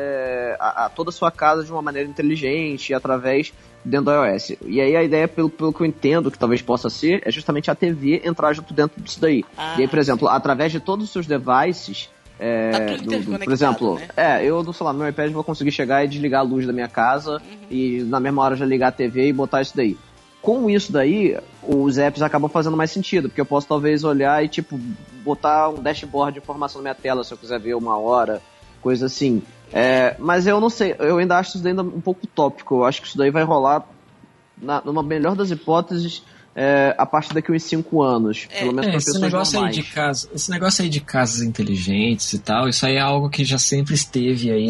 a toda a sua casa de uma maneira inteligente, através dentro do iOS. E aí a ideia, pelo que eu entendo, que talvez possa ser, é justamente a TV entrar junto dentro disso daí. E aí, por exemplo, através de todos os seus devices, por exemplo, né? Eu do celular, meu iPad, vou conseguir chegar e desligar a luz da minha casa e na mesma hora já ligar a TV e botar isso daí. com isso daí, os apps acabam fazendo mais sentido, porque eu posso talvez olhar e, tipo, botar um dashboard de informação na minha tela se eu quiser ver 1 hora, coisa assim. Mas eu não sei, eu ainda acho isso daí um pouco utópico. Eu acho que isso daí vai rolar, numa melhor das hipóteses, a partir daqui uns 5 anos. Pelo menos para pessoas normais. Esse negócio aí de casas inteligentes e tal, isso aí é algo que já sempre esteve aí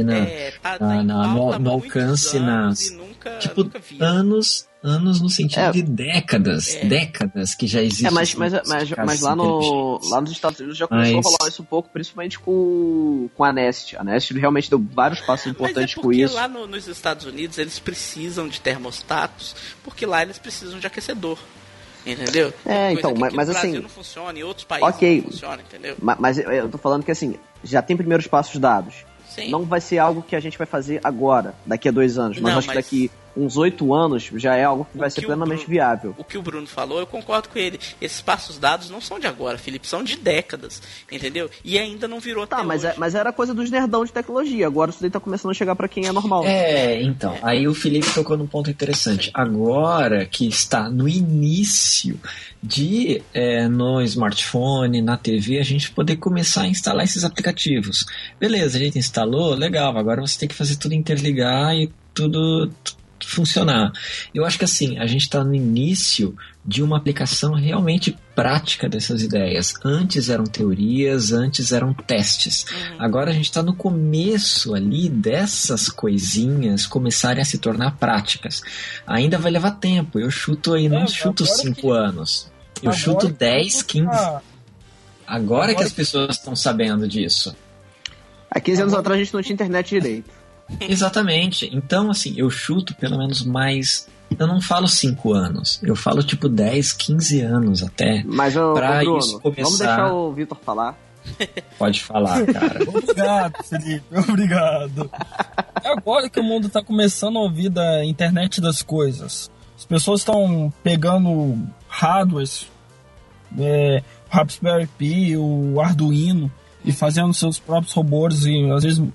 no alcance, nunca anos no sentido de décadas que já existe. Mas lá nos Estados Unidos já começou a rolar isso um pouco, principalmente com a Nest. A Nest realmente deu vários passos importantes com isso. Lá nos Estados Unidos eles precisam de termostatos, porque lá eles precisam de aquecedor. Entendeu? Então, mas no Brasil assim, não funciona, em outros países não funciona, entendeu? Mas eu tô falando que assim, já tem primeiros passos dados. Sim. Não vai ser algo que a gente vai fazer agora, daqui a 2 anos, mas acho que daqui uns 8 anos já é algo que vai ser plenamente viável. O que o Bruno falou, eu concordo com ele. Esses passos dados não são de agora, Felipe, são de décadas, entendeu? E ainda não virou até hoje. Mas era coisa dos nerdão de tecnologia, agora isso daí tá começando a chegar pra quem é normal. Então, aí o Felipe tocou num ponto interessante. Agora que está no início de, no smartphone, na TV, a gente poder começar a instalar esses aplicativos. Beleza, a gente instalou, legal, agora você tem que fazer tudo interligar e tudo funcionar. Eu acho que assim, a gente está no início de uma aplicação realmente prática dessas ideias. Antes eram teorias, antes eram testes. Agora a gente está no começo ali dessas coisinhas começarem a se tornar práticas. Ainda vai levar tempo. Eu chuto aí, não chuto 5 anos. Eu chuto 10, 15. Agora que as pessoas estão sabendo disso. Há 15 anos atrás a gente não tinha internet direito. Exatamente. Então, assim, eu chuto pelo menos mais. Eu não falo 5 anos. Eu falo tipo 10, 15 anos até. Mas, pra Bruno, isso começar... vamos deixar o Vitor falar. Pode falar, cara. Obrigado, Felipe. Obrigado. É agora que o mundo está começando a ouvir da internet das coisas. As pessoas estão pegando hardwares, o Raspberry Pi, o Arduino, e fazendo seus próprios robôs, e às vezes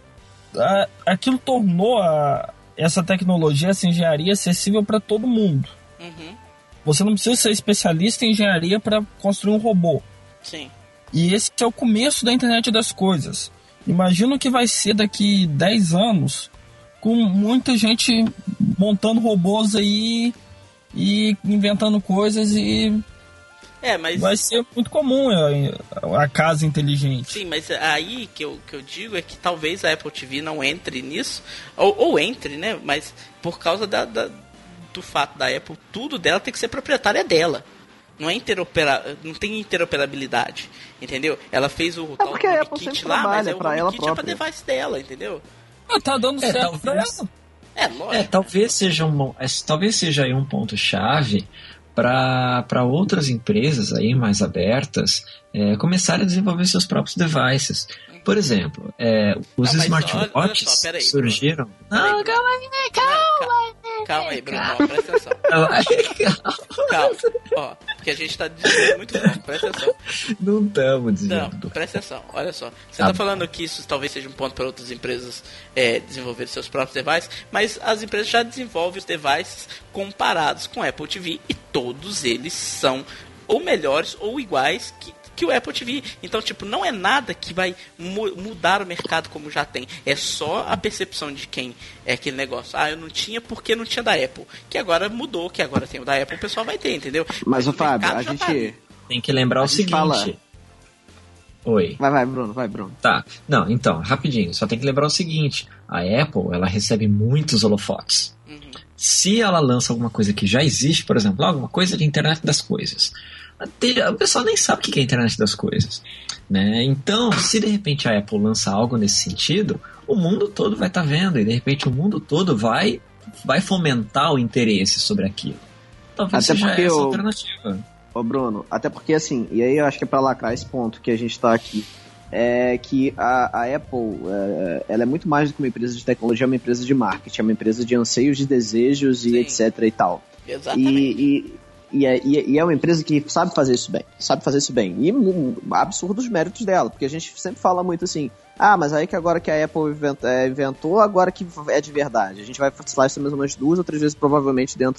aquilo tornou essa tecnologia, essa engenharia acessível para todo mundo. Você não precisa ser especialista em engenharia para construir um robô. Sim. E esse é o começo da internet das coisas. Imagina o que vai ser daqui 10 anos, com muita gente montando robôs aí e inventando coisas, e mas vai ser muito comum a casa inteligente. Sim, mas aí que eu digo é que talvez a Apple TV não entre nisso, ou entre, né? Mas por causa do fato da Apple, tudo dela tem que ser proprietária dela. Não tem interoperabilidade, entendeu? Ela fez o tal HomeKit lá, mas o HomeKit é pra device dela, entendeu? Tá dando certo pra ela. Lógico. Talvez seja aí um ponto-chave para outras empresas aí mais abertas começarem a desenvolver seus próprios devices. Por exemplo, os smartwatches surgiram... Calma aí, Bruno, presta atenção. Calma, porque a gente tá dizendo muito bom, presta atenção. Não estamos dizendo. Não, presta atenção, olha só. Você tá falando que isso talvez seja um ponto para outras empresas desenvolver seus próprios devices, mas as empresas já desenvolvem os devices comparados com a Apple TV e todos eles são ou melhores ou iguais que o Apple TV. Então, tipo, não é nada que vai mudar o mercado como já tem. É só a percepção de quem é aquele negócio. Eu não tinha porque não tinha da Apple. Que agora mudou, que agora tem o da Apple, o pessoal vai ter, entendeu? Mas o Fábio, a gente... tem que lembrar o seguinte... Oi. Vai, Bruno. Tá. Não, então, rapidinho. Só tem que lembrar o seguinte. A Apple, ela recebe muitos holofotes. Se ela lança alguma coisa que já existe, por exemplo, alguma coisa de internet das coisas... O pessoal nem sabe o que é a internet das coisas, né? Então, se de repente a Apple lança algo nesse sentido, o mundo todo vai estar vendo, e de repente o mundo todo vai fomentar o interesse sobre aquilo. Talvez seja essa a alternativa. Bruno, até porque assim, e aí eu acho que é para lacrar esse ponto que a gente está aqui, é que a Apple ela é muito mais do que uma empresa de tecnologia, é uma empresa de marketing, é uma empresa de anseios, de desejos e etc e tal. Exatamente. E é uma empresa que sabe fazer isso bem. E absurdos méritos dela, porque a gente sempre fala muito assim, mas aí que agora que a Apple inventou, agora que é de verdade. A gente vai falar isso mais ou menos 2 ou 3 vezes provavelmente dentro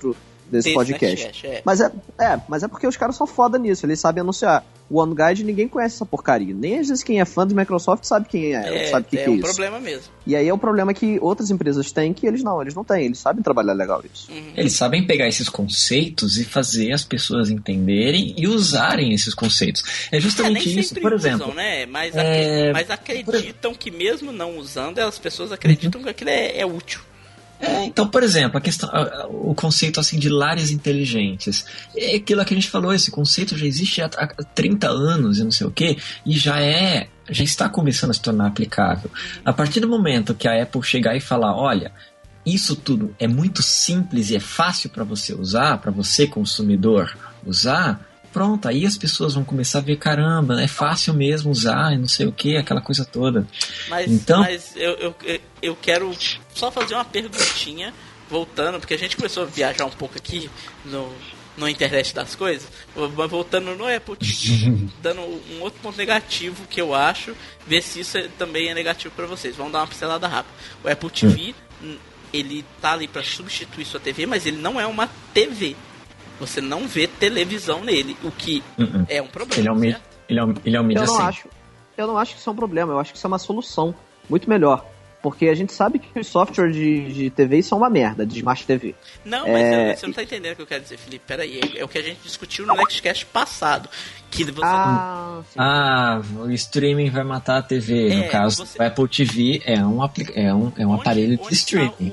desse podcast. Mas é porque os caras são foda nisso, eles sabem anunciar. O OneGuide, ninguém conhece essa porcaria. Nem às vezes quem é fã do Microsoft sabe quem sabe o que é um isso. Problema mesmo. E aí é o problema que outras empresas têm que eles não têm. Eles sabem trabalhar legal isso. Eles sabem pegar esses conceitos e fazer as pessoas entenderem e usarem esses conceitos. É justamente isso, por exemplo. Usam, né? Mas acreditam que mesmo não usando, as pessoas acreditam que aquilo é útil. Então, por exemplo, o conceito assim de lares inteligentes. É aquilo que a gente falou, esse conceito já existe há 30 anos e não sei o quê, e já está começando a se tornar aplicável. A partir do momento que a Apple chegar e falar, olha, isso tudo é muito simples e é fácil para você usar, para você consumidor usar, pronto, aí as pessoas vão começar a ver, caramba, é fácil mesmo usar e não sei o que, aquela coisa toda. Mas eu quero só fazer uma perguntinha, voltando, porque a gente começou a viajar um pouco aqui no internet das coisas, mas voltando no Apple TV, dando um outro ponto negativo que eu acho, ver se isso também é negativo para vocês. Vamos dar uma pincelada rápida. O Apple TV, ele tá ali para substituir sua TV, mas ele não é uma TV. Você não vê televisão nele, o que é um problema. Ele é um mídia eu não acho que isso é um problema, eu acho que isso é uma solução muito melhor. Porque a gente sabe que os softwares de TV são uma merda, de Smart TV. Não, mas você não tá entendendo o que eu quero dizer, Felipe. Peraí, é o que a gente discutiu no Nextcast passado. Que você o streaming vai matar a TV. No caso, o Apple TV é um aparelho de streaming.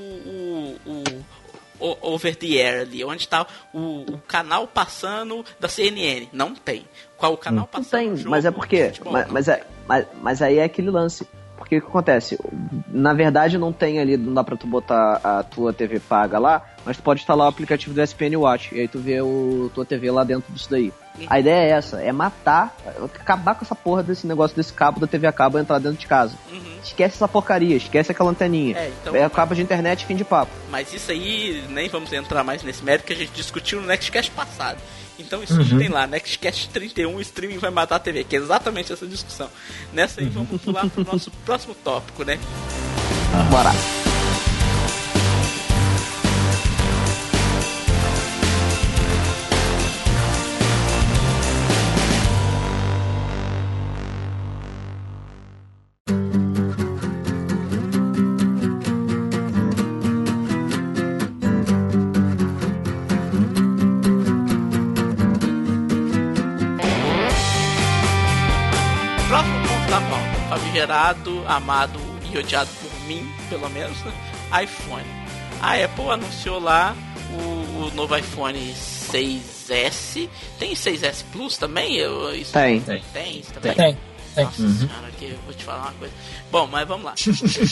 Over the air ali, onde está o canal passando da CNN. Não tem. Qual o canal passando? Não tem, mas é porque. Mas aí é aquele lance. Porque o que acontece? Na verdade não tem ali, não dá pra tu botar a tua TV paga lá, mas tu pode instalar o aplicativo do ESPN Watch, e aí tu vê tua TV lá dentro disso daí. A ideia é essa, é matar, acabar com essa porra desse negócio desse cabo da TV a cabo entrar dentro de casa. Esquece essa porcaria, esquece aquela anteninha. É cabo de internet, fim de papo. Mas isso aí, nem vamos entrar mais nesse mérito que a gente discutiu no Nextcast passado. Então isso tem lá, Nextcast 31, o streaming vai matar a TV, que é exatamente essa discussão. Nessa aí vamos pular pro nosso próximo tópico, né? Bora! Famigerado, amado e odiado por mim, pelo menos, iPhone. A Apple anunciou lá o novo iPhone 6S. Tem 6S Plus também? Tem isso também? Tem. Nossa senhora, aqui eu vou te falar uma coisa. Bom, mas vamos lá.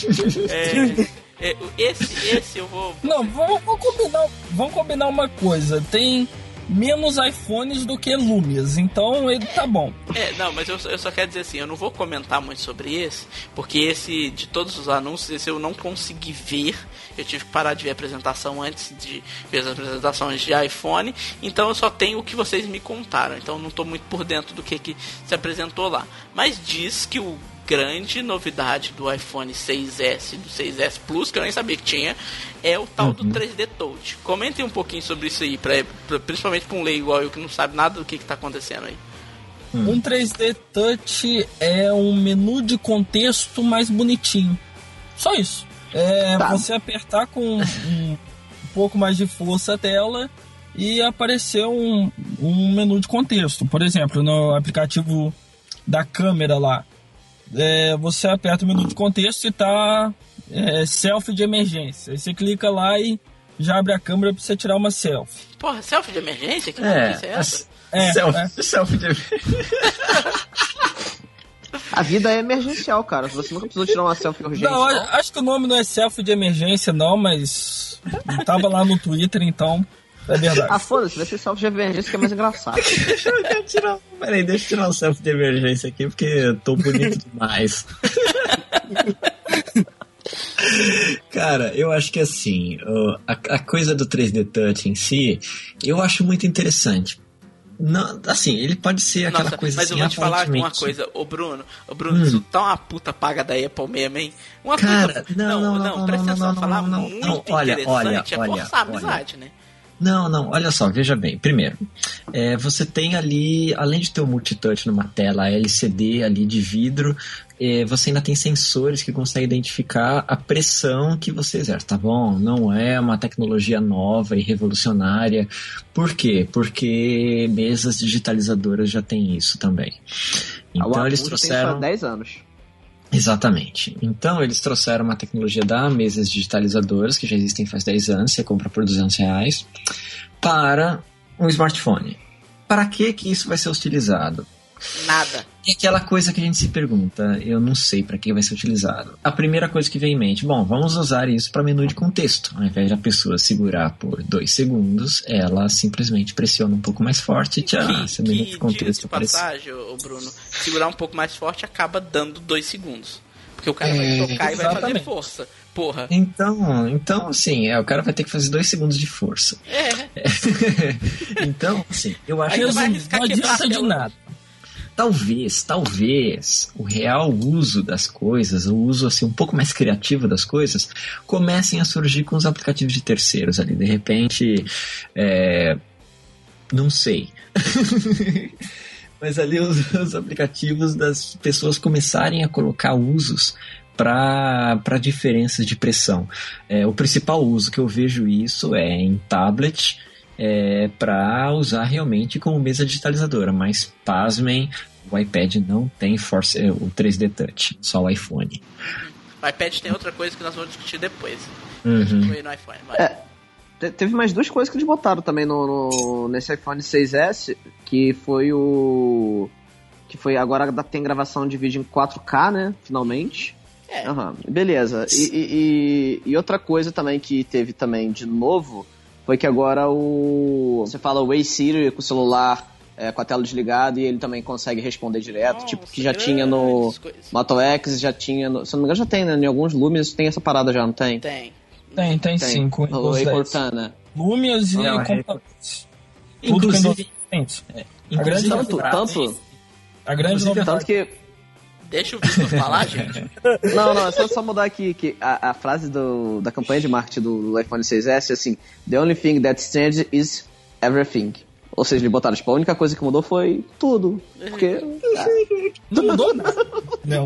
Esse eu vou... Não, vamos combinar uma coisa. Tem menos iPhones do que Lumias, então ele tá bom. Não, mas eu só quero dizer assim, eu não vou comentar muito sobre esse, porque esse, de todos os anúncios, esse eu não consegui ver. Eu tive que parar de ver a apresentação antes de ver as apresentações de iPhone, então eu só tenho o que vocês me contaram, então eu não tô muito por dentro do que se apresentou lá. Mas diz que o grande novidade do iPhone 6S e do 6S Plus, que eu nem sabia que tinha, é o tal do 3D Touch. Comentem um pouquinho sobre isso aí, principalmente para um leigo igual eu que não sabe nada do que está acontecendo aí. Um 3D Touch é um menu de contexto mais bonitinho. Só isso. Você apertar com um pouco mais de força a tela e aparecer um menu de contexto. Por exemplo, no aplicativo da câmera lá, você aperta o menu de contexto e tá selfie de emergência. Aí você clica lá e já abre a câmera pra você tirar uma selfie. Porra, selfie de emergência? Que notícia é essa? Selfie de emergência. A vida é emergencial, cara. Você nunca precisou tirar uma selfie urgente. Não, acho que o nome não é selfie de emergência, não, mas tava lá no Twitter, então é verdade. Foda-se, vai ser selfie de emergência que é mais engraçado. Deixa eu tirar um selfie de emergência aqui, porque eu tô bonito demais. Cara, eu acho que assim, a coisa do 3D Touch em si, eu acho muito interessante. Não, assim, ele pode ser aquela coisa mas assim, eu vou te falar uma coisa, ô Bruno, isso tá uma puta paga da Apple mesmo, hein? Uma cara, puta... Não, presta atenção, falar muito interessante é forçar a amizade, né? Não, olha só, veja bem. Primeiro, você tem ali, além de ter o multitouch numa tela LCD ali de vidro, você ainda tem sensores que conseguem identificar a pressão que você exerce, tá bom? Não é uma tecnologia nova e revolucionária. Por quê? Porque mesas digitalizadoras já têm isso também. Então eles trouxeram... Tem 10 anos. Exatamente. Então eles trouxeram uma tecnologia da mesas digitalizadoras, que já existem faz 10 anos, você compra por R$200, para um smartphone. Para que isso vai ser utilizado? Nada. É aquela coisa que a gente se pergunta, eu não sei para que vai ser utilizado. A primeira coisa que vem em mente, bom, vamos usar isso para menu de contexto. Ao invés de a pessoa segurar por 2 segundos, ela simplesmente pressiona um pouco mais forte e tchau, esse menu de contexto aparece. Passagem, Bruno, segurar um pouco mais forte acaba dando 2 segundos. Porque o cara vai tocar e vai fazer força. Porra. Então assim, o cara vai ter que fazer 2 segundos de força. Então, assim, eu acho que não adianta de nada. Talvez o real uso das coisas, o uso assim um pouco mais criativo das coisas, comecem a surgir com os aplicativos de terceiros ali. De repente, não sei. Mas ali os aplicativos das pessoas começarem a colocar usos para diferenças de pressão. O principal uso que eu vejo isso é em tablet, para usar realmente como mesa digitalizadora, mas pasmem, o iPad não tem o 3D Touch, só o iPhone. O iPad tem outra coisa que nós vamos discutir depois. Uhum. No iPhone, teve mais 2 coisas que eles botaram também nesse iPhone 6S, que foi agora tem gravação de vídeo em 4K, né, finalmente. Beleza. E outra coisa também que teve também de novo foi que agora você fala o Hey Siri com o celular com a tela desligada e ele também consegue responder direto, tipo que já tinha no Moto X, já tinha se não me engano já tem, né, em alguns Lumias tem essa parada já, não tem? Tem sim, com o Hey Cortana. Lumias e computadores. Inclusive, tanto que deixa o Victor falar, gente. Não, é só mudar aqui que a frase da campanha de marketing do iPhone 6S é assim: The only thing that stands is everything. Ou seja, eles botaram, tipo, a única coisa que mudou foi tudo. Porque... Não mudou nada. Não,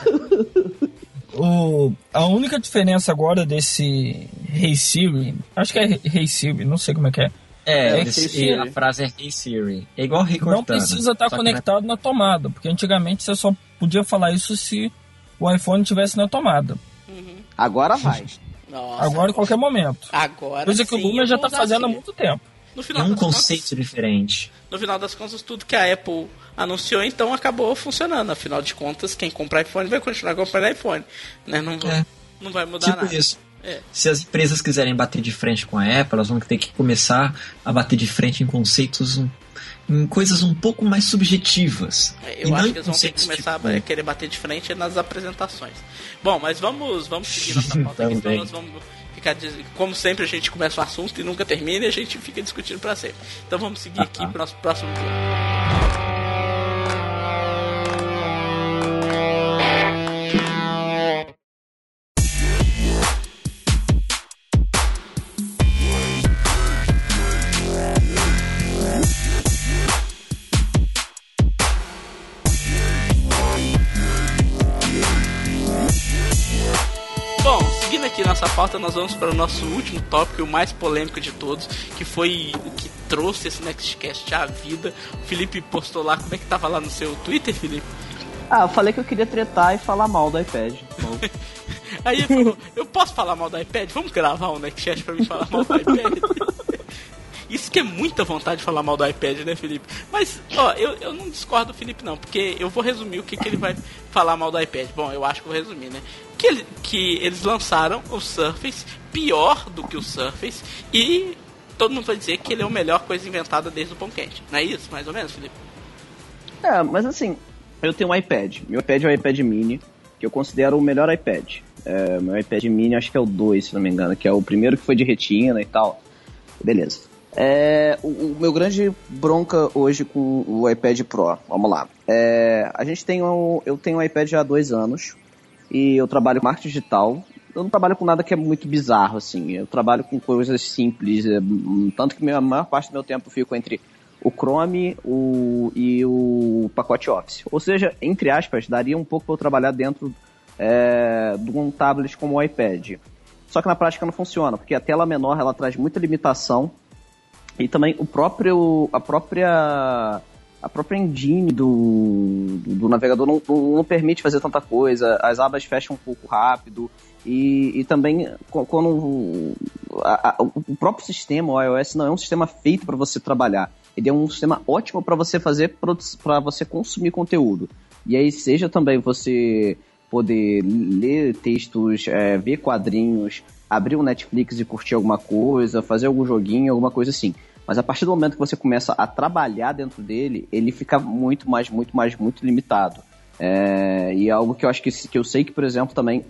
a única diferença agora desse Hey Siri, acho que é Hey Siri, não sei como é que é. A frase é Hey Siri. É igual Hey Cortana. Não precisa estar conectado na tomada, porque antigamente você só podia falar isso se o iPhone estivesse na tomada. Agora vai. Nossa, agora em qualquer momento. Agora coisa que o Lumia já está fazendo há muito tempo. No final é um conceito diferente. No final das contas, tudo que a Apple anunciou, então acabou funcionando. Afinal de contas, quem compra iPhone vai continuar comprando iPhone. Né? Não vai mudar tipo nada. Isso. Se as empresas quiserem bater de frente com a Apple, elas vão ter que começar a bater de frente em conceitos, em coisas um pouco mais subjetivas. Eu acho que eles vão ter que começar a querer bater de frente nas apresentações. Bom, mas vamos seguir nossa pauta aqui, senão nós vamos ficar... Como sempre, a gente começa o assunto e nunca termina e a gente fica discutindo para sempre. Então vamos seguir aqui para o nosso próximo bloco. Aqui nossa pauta, nós vamos para o nosso último tópico, o mais polêmico de todos, que foi o que trouxe esse Nextcast à vida. O Felipe postou lá, como é que tava lá no seu Twitter, Felipe? Eu falei que eu queria tretar e falar mal do iPad. Aí ele falou, eu posso falar mal do iPad? Vamos gravar um Nextcast pra mim falar mal do iPad? Isso que é muita vontade de falar mal do iPad, né, Felipe? Mas, eu não discordo do Felipe, não, porque eu vou resumir o que ele vai falar mal do iPad. Bom, eu acho que vou resumir, né? Que eles lançaram o Surface pior do que o Surface e todo mundo vai dizer que ele é a melhor coisa inventada desde o pão quente. Não é isso, mais ou menos, Felipe? Mas assim, eu tenho um iPad. Meu iPad é um iPad mini, que eu considero o melhor iPad. Meu iPad mini acho que é o 2, se não me engano, que é o primeiro que foi de retina e tal. Beleza. O meu grande bronca hoje com o iPad Pro, vamos lá. Eu tenho um iPad já há 2 anos e eu trabalho com marketing digital eu não trabalho com nada que é muito bizarro, assim. Eu trabalho com coisas simples, tanto que a maior parte do meu tempo eu fico entre o Chrome e o pacote Office. Ou seja, entre aspas, daria um pouco para eu trabalhar dentro de um tablet como o iPad. Só que na prática não funciona, porque a tela menor ela traz muita limitação e também a própria engine do navegador não permite fazer tanta coisa, as abas fecham um pouco rápido e também quando o próprio sistema, o iOS, não é um sistema feito para você trabalhar, ele é um sistema ótimo para você para você consumir conteúdo. E aí seja também você poder ler textos, ver quadrinhos, abrir o Netflix e curtir alguma coisa, fazer algum joguinho, alguma coisa assim. Mas a partir do momento que você começa a trabalhar dentro dele, ele fica muito limitado. E é algo que eu acho que eu sei que, por exemplo, também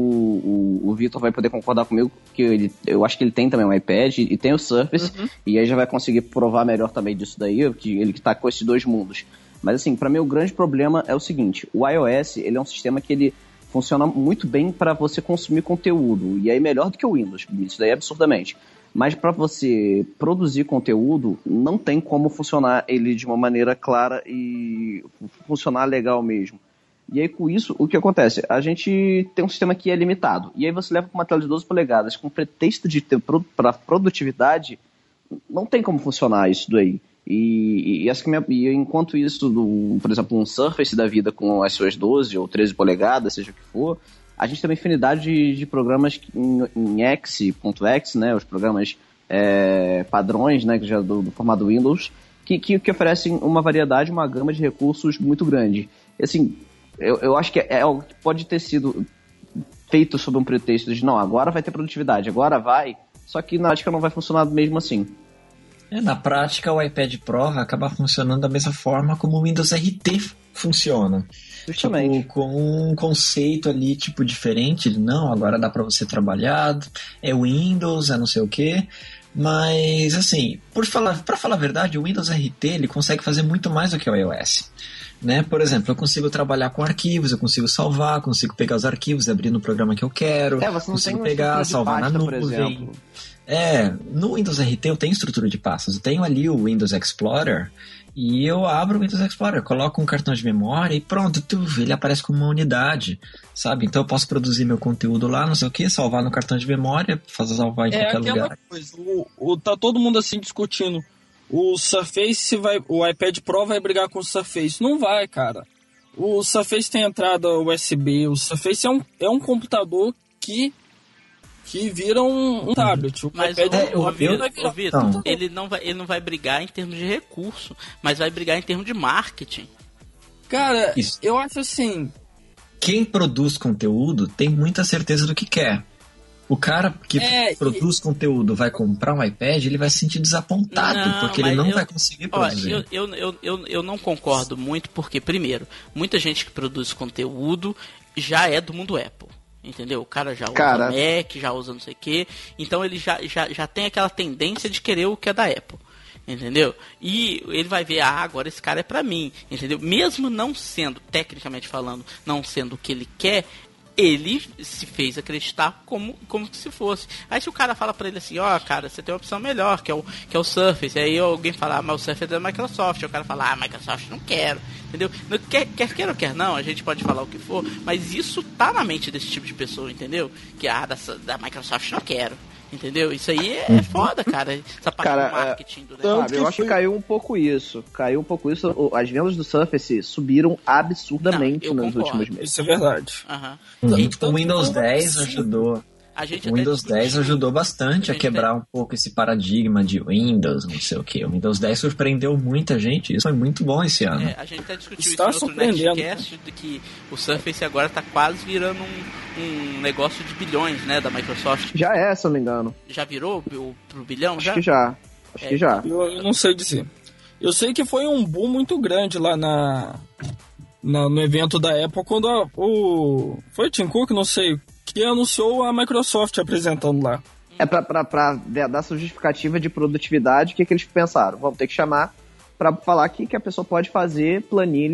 o Vitor vai poder concordar comigo, que eu acho que ele tem também um iPad e tem o Surface, e aí já vai conseguir provar melhor também disso daí, que ele tá com esses dois mundos. Mas assim, para mim o grande problema é o seguinte, o iOS, ele é um sistema que ele funciona muito bem para você consumir conteúdo, e aí melhor do que o Windows, isso daí é absurdamente. Mas para você produzir conteúdo, não tem como funcionar ele de uma maneira clara e funcionar legal mesmo. E aí com isso, o que acontece? A gente tem um sistema que é limitado, e aí você leva para uma tela de 12 polegadas com pretexto de ter para produtividade, não tem como funcionar isso daí. E enquanto isso, por exemplo, um Surface da vida com as suas 12 ou 13 polegadas, seja o que for, a gente tem uma infinidade de programas em X.X, né, os programas padrões, né, que já do formato Windows, que oferecem uma variedade, uma gama de recursos muito grande. E, assim, eu acho que é algo que pode ter sido feito sob um pretexto de, não, agora vai ter produtividade, agora vai, só que na prática não vai funcionar mesmo assim. Na prática, o iPad Pro acaba funcionando da mesma forma como o Windows RT funciona. Justamente. Tipo, com um conceito ali, tipo, diferente. Não, agora dá pra você trabalhar, é Windows, é não sei o quê. Mas, assim, pra falar a verdade, o Windows RT, ele consegue fazer muito mais do que o iOS. Né? Por exemplo, eu consigo trabalhar com arquivos, eu consigo salvar, consigo pegar os arquivos, abrir no programa que eu quero, você não consigo tem pegar, salvar pasta, na nuvem. por exemplo. No Windows RT eu tenho estrutura de pastas, eu tenho ali o Windows Explorer e eu abro o Windows Explorer, coloco um cartão de memória e pronto, ele aparece como uma unidade, sabe? Então eu posso produzir meu conteúdo lá, não sei o que, salvar no cartão de memória, salvar em qualquer lugar. Coisa, tá todo mundo assim discutindo, o Surface o iPad Pro vai brigar com o Surface. Não vai, cara. O Surface tem entrada USB, o Surface é um computador que vira um tablet. Mas Vitor, ele não vai brigar em termos de recurso, mas vai brigar em termos de marketing. Cara, eu acho assim... Quem produz conteúdo tem muita certeza do que quer. O cara que produz conteúdo vai comprar um iPad, ele vai se sentir desapontado, porque ele não vai conseguir produzir. Eu não concordo muito, porque, primeiro, muita gente que produz conteúdo já é do mundo Apple. Entendeu? O cara já usa Mac, já usa não sei o que. Então ele já tem aquela tendência de querer o que é da Apple. Entendeu? E ele vai ver, agora esse cara é pra mim. Entendeu? Mesmo não sendo, tecnicamente falando, não sendo o que ele quer, ele se fez acreditar como se fosse. Aí se o cara fala pra ele assim, cara, você tem uma opção melhor, que é o Surface. Aí alguém fala, mas o Surface é da Microsoft. Aí o cara fala, Microsoft não quero. Entendeu? Quer ou quer não, a gente pode falar o que for, mas isso tá na mente desse tipo de pessoa, entendeu? Que da Microsoft não quero. Entendeu? Isso aí é foda, cara. Essa parte do marketing do negócio. Eu acho que caiu um pouco isso. As vendas do Surface subiram absurdamente nos últimos meses. Isso é verdade. O Windows 10 ajudou. O Windows 10 ajudou bastante a quebrar um pouco esse paradigma de Windows, não sei o que. O Windows 10 surpreendeu muita gente. Isso foi muito bom esse ano. A gente até discutiu isso no outro Nextcast, de que o Surface agora tá quase virando um negócio de bilhões, né, da Microsoft. Já se eu não me engano. Já virou pro bilhão? Acho que já. Eu não sei dizer. Eu sei que foi um boom muito grande lá no evento da Apple, quando foi o Tim Cook, não sei, que anunciou a Microsoft apresentando lá. Pra dar sua justificativa de produtividade, o que eles pensaram? Vamos ter que chamar pra falar que a pessoa pode fazer planilhas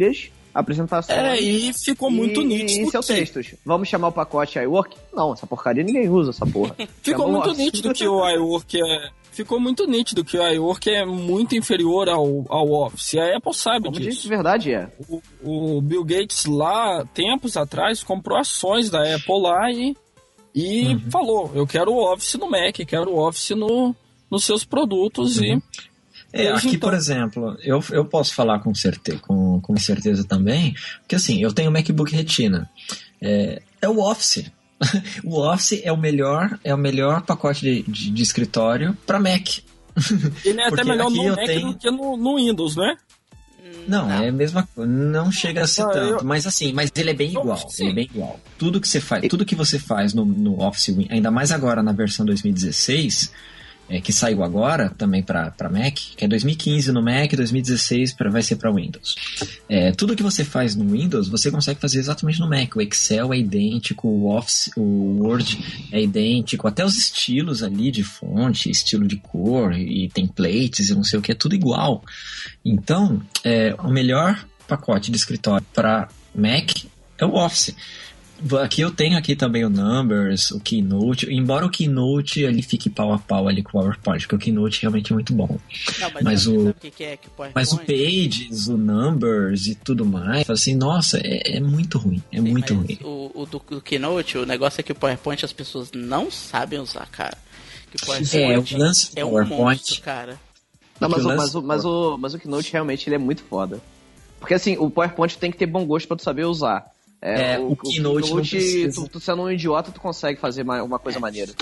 apresentações. E ficou muito nítido. E seus textos. Vamos chamar o pacote iWork? Não, essa porcaria ninguém usa, essa porra. Ficou muito nítido que o iWork Ficou muito nítido que o iWork é muito inferior ao Office. A Apple sabe disso. De verdade é. O Bill Gates lá, tempos atrás, comprou ações da Apple lá e falou, eu quero o Office no Mac, quero o Office nos seus produtos aqui, então... por exemplo, eu posso falar com certeza também, porque assim, eu tenho o MacBook Retina. É o Office. O Office é o melhor pacote de escritório para Mac. Ele é até melhor no Mac do que no Windows, né? Não, é a mesma coisa. Não chega a ser tanto. Mas assim, ele é bem igual. Sim. Ele é bem igual. Tudo que você faz no Office, ainda mais agora na versão 2016, que saiu agora também para Mac, que é 2015 no Mac, 2016 vai ser para Windows. Tudo que você faz no Windows, você consegue fazer exatamente no Mac. O Excel é idêntico, o Office, o Word é idêntico, até os estilos ali de fonte, estilo de cor e templates e não sei o que, é tudo igual. Então, o melhor pacote de escritório para Mac é o Office. Aqui eu tenho também o Numbers, o Keynote, embora o Keynote ali fique pau a pau ali com o PowerPoint, porque o Keynote realmente é muito bom. Não, mas o Pages, o Numbers e tudo mais, assim, nossa, é muito ruim, muito ruim. O do Keynote, o negócio é que o PowerPoint as pessoas não sabem usar, cara. Que o PowerPoint o lance do PowerPoint, um monstro, cara. Não, mas o Keynote realmente ele é muito foda. Porque assim, o PowerPoint tem que ter bom gosto pra tu saber usar. O Keynote não precisa. Tu sendo um idiota, tu consegue fazer uma coisa maneira.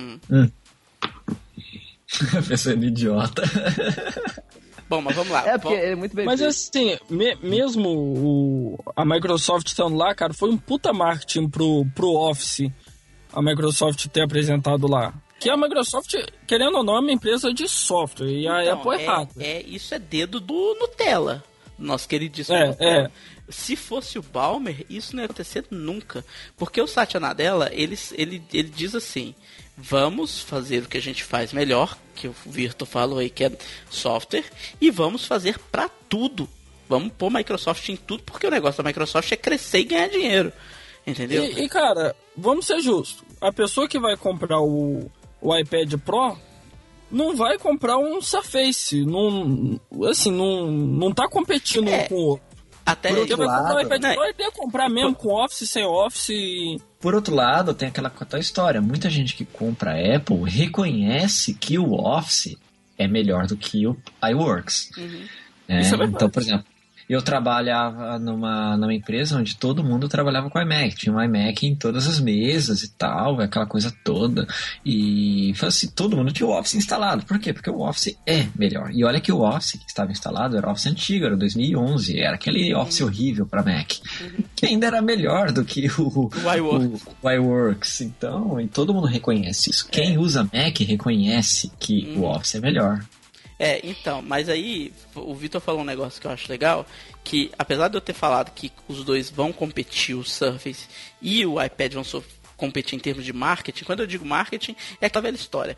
Pensando idiota. Bom, mas vamos lá. Porque é muito bem. Mas assim, mesmo a Microsoft estando lá, cara, foi um puta marketing pro Office a Microsoft ter apresentado lá. Que a Microsoft, querendo ou não, é uma empresa de software e a Apple é hardware. Isso é dedo do Nutella. Nosso queridíssimo. Se fosse o Ballmer, isso não ia acontecer nunca. Porque o Satya Nadella, ele diz assim: vamos fazer o que a gente faz melhor, que o Virto falou aí que é software, e vamos fazer pra tudo. Vamos pôr Microsoft em tudo, porque o negócio da Microsoft é crescer e ganhar dinheiro. Entendeu? E cara, vamos ser justos. A pessoa que vai comprar o iPad Pro não vai comprar um Surface. Não tá competindo um com o outro. Até por outro lado, vai comprar mesmo com Office, sem Office. Por outro lado, tem aquela história. Muita gente que compra a Apple reconhece que o Office é melhor do que o iWorks. Isso é verdade. Então, por exemplo, eu trabalhava numa empresa onde todo mundo trabalhava com iMac. Tinha um iMac em todas as mesas e tal, aquela coisa toda. E assim, todo mundo tinha o Office instalado. Por quê? Porque o Office é melhor. E olha que o Office que estava instalado era o Office antigo, era 2011. Era aquele Office horrível para Mac. Que ainda era melhor do que o iWorks. Então, e todo mundo reconhece isso. Quem usa Mac reconhece que o Office é melhor. Então, mas aí o Vitor falou um negócio que eu acho legal, que apesar de eu ter falado que os dois vão competir, o Surface e o iPad vão competir em termos de marketing, quando eu digo marketing, é aquela velha história.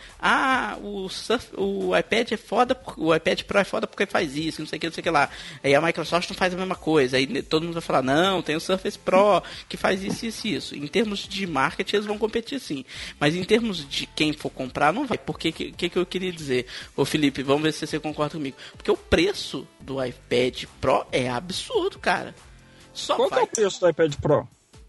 O iPad é foda, o iPad Pro é foda porque faz isso, não sei o que lá. Aí a Microsoft não faz a mesma coisa, aí todo mundo vai falar, não, tem o Surface Pro que faz isso. Em termos de marketing, eles vão competir sim. Mas em termos de quem for comprar, não vai. Porque que eu queria dizer? Ô Felipe, vamos ver se você concorda comigo. Porque o preço do iPad Pro é absurdo, cara. Qual que é o preço do iPad Pro?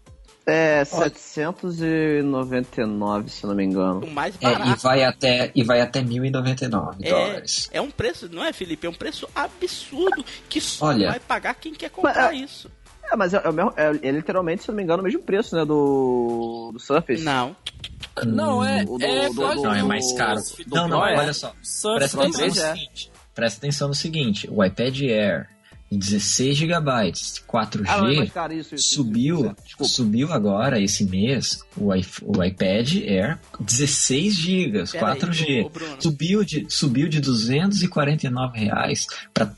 799, se não me engano. O mais barato. E vai até 1.099 dólares. É um preço, não é, Felipe? É um preço absurdo que só vai pagar quem quer comprar isso. Mas é literalmente, se não me engano, o mesmo preço, né, do Surface. Não. Não, é mais caro. Não, olha só. Presta atenção no seguinte. O iPad Air 16 GB, 4G, subiu agora esse mês o iPad Air 16 GB, 4G, subiu de R$249 para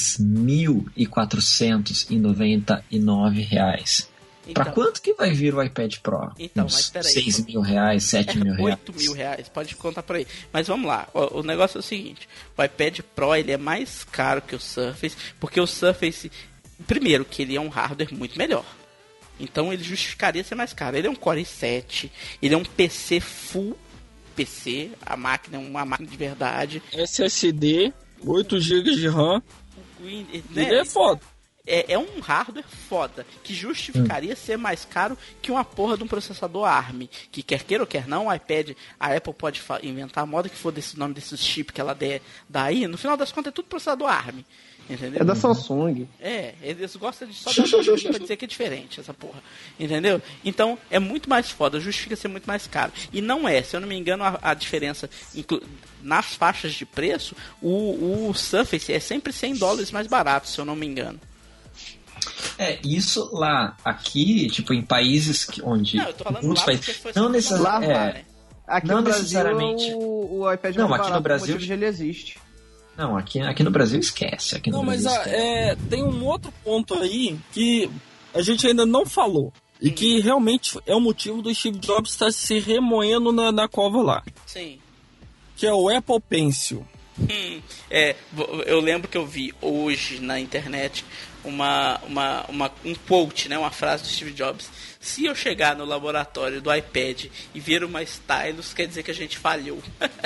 R$3.499. Então, pra quanto que vai vir o iPad Pro? Então, mas peraí. R$6.000, R$7.000. R$8.000, pode contar por aí. Mas vamos lá, o negócio é o seguinte, o iPad Pro ele é mais caro que o Surface, porque o Surface Primeiro, que ele é um hardware muito melhor. Então ele justificaria ser mais caro. Ele é um Core i7, ele é um PC full PC, a máquina é uma máquina de verdade. SSD, 8 GB de RAM. Né? Ele é foda. É um hardware foda, que justificaria ser mais caro que uma porra de um processador ARM. Que quer queira ou quer não, o iPad, a Apple pode inventar a moda que for desse nome desses chips que ela der daí. No final das contas é tudo processador ARM. Entendeu? É da Samsung. Eles gostam de só dar Samsung pra dizer que é diferente essa porra. Entendeu? Então é muito mais foda, justifica ser muito mais caro. E não é, se eu não me engano, a diferença nas faixas de preço, o Surface é sempre $100 mais barato, se eu não me engano. Isso lá, aqui, tipo, em países onde... Não, eu tô falando muitos lá países, porque não necessariamente... né? Aqui não no Brasil, necessariamente. o iPad Não, mais aqui barato, no Brasil- por motivo de ele existe. Não, aqui no Brasil esquece. Aqui no Não, mas Brasil esquece. tem um outro ponto aí que a gente ainda não falou. E que realmente é o motivo do Steve Jobs estar se remoendo na cova lá. Sim. Que é o Apple Pencil. Eu lembro que eu vi hoje na internet um quote, né, uma frase do Steve Jobs. Se eu chegar no laboratório do iPad e ver uma stylus, quer dizer que a gente falhou.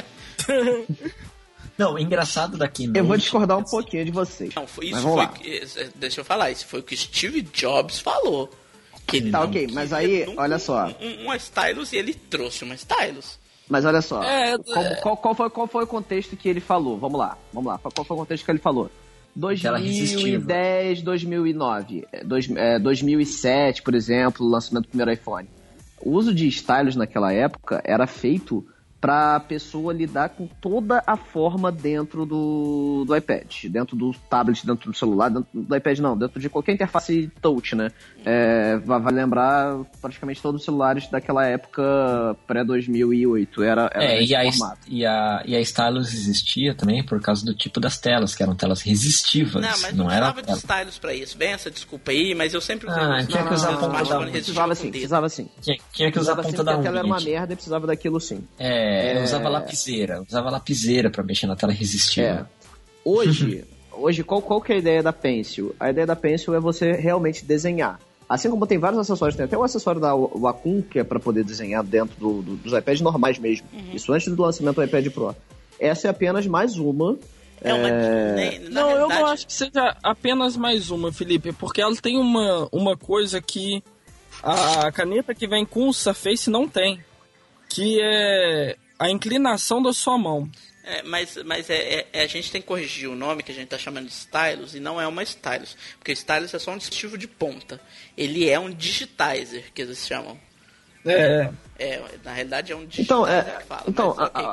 Não, engraçado daqui... Eu vou discordar um pouquinho de vocês. Não, deixa eu falar, isso foi o que o Steve Jobs falou. Que ele Tá, não ok, mas queria aí, nunca olha só. uma stylus e ele trouxe uma stylus. Mas olha só, qual foi o contexto que ele falou? Vamos lá. Qual foi o contexto que ele falou? Tela resistiva. 2010, 2009, 2007, por exemplo, o lançamento do primeiro iPhone. O uso de stylus naquela época era feito para a pessoa lidar com toda a forma dentro do iPad, dentro do tablet, dentro do celular, dentro do iPad não, dentro de qualquer interface touch, né? Vai lembrar praticamente todos os celulares daquela época pré-2008, era esse formato. E a stylus existia também por causa do tipo das telas, que eram telas resistivas. Não, mas não precisava de stylus pra isso. Bem, essa desculpa aí, mas eu sempre usei tinha que usar a ponta da um. Precisava sim. Tinha que usar a ponta da a um. tela era uma merda e precisava daquilo sim. Eu usava lapiseira pra mexer na tela resistiva. Hoje qual que é a ideia da Pencil? A ideia da Pencil é você realmente desenhar. Assim como tem vários acessórios, tem até o acessório da Wacom, que é para poder desenhar dentro dos iPads normais mesmo. Isso antes do lançamento do iPad Pro. Essa é apenas mais uma. Não, eu não acho que seja apenas mais uma, Felipe, porque ela tem uma coisa que a caneta que vem com o Surface não tem, que é a inclinação da sua mão. Mas a gente tem que corrigir o nome que a gente tá chamando de stylus e não é uma stylus, porque o stylus é só um dispositivo de ponta. Ele é um digitizer, que eles chamam. Na realidade é um digitizer que fala. Então,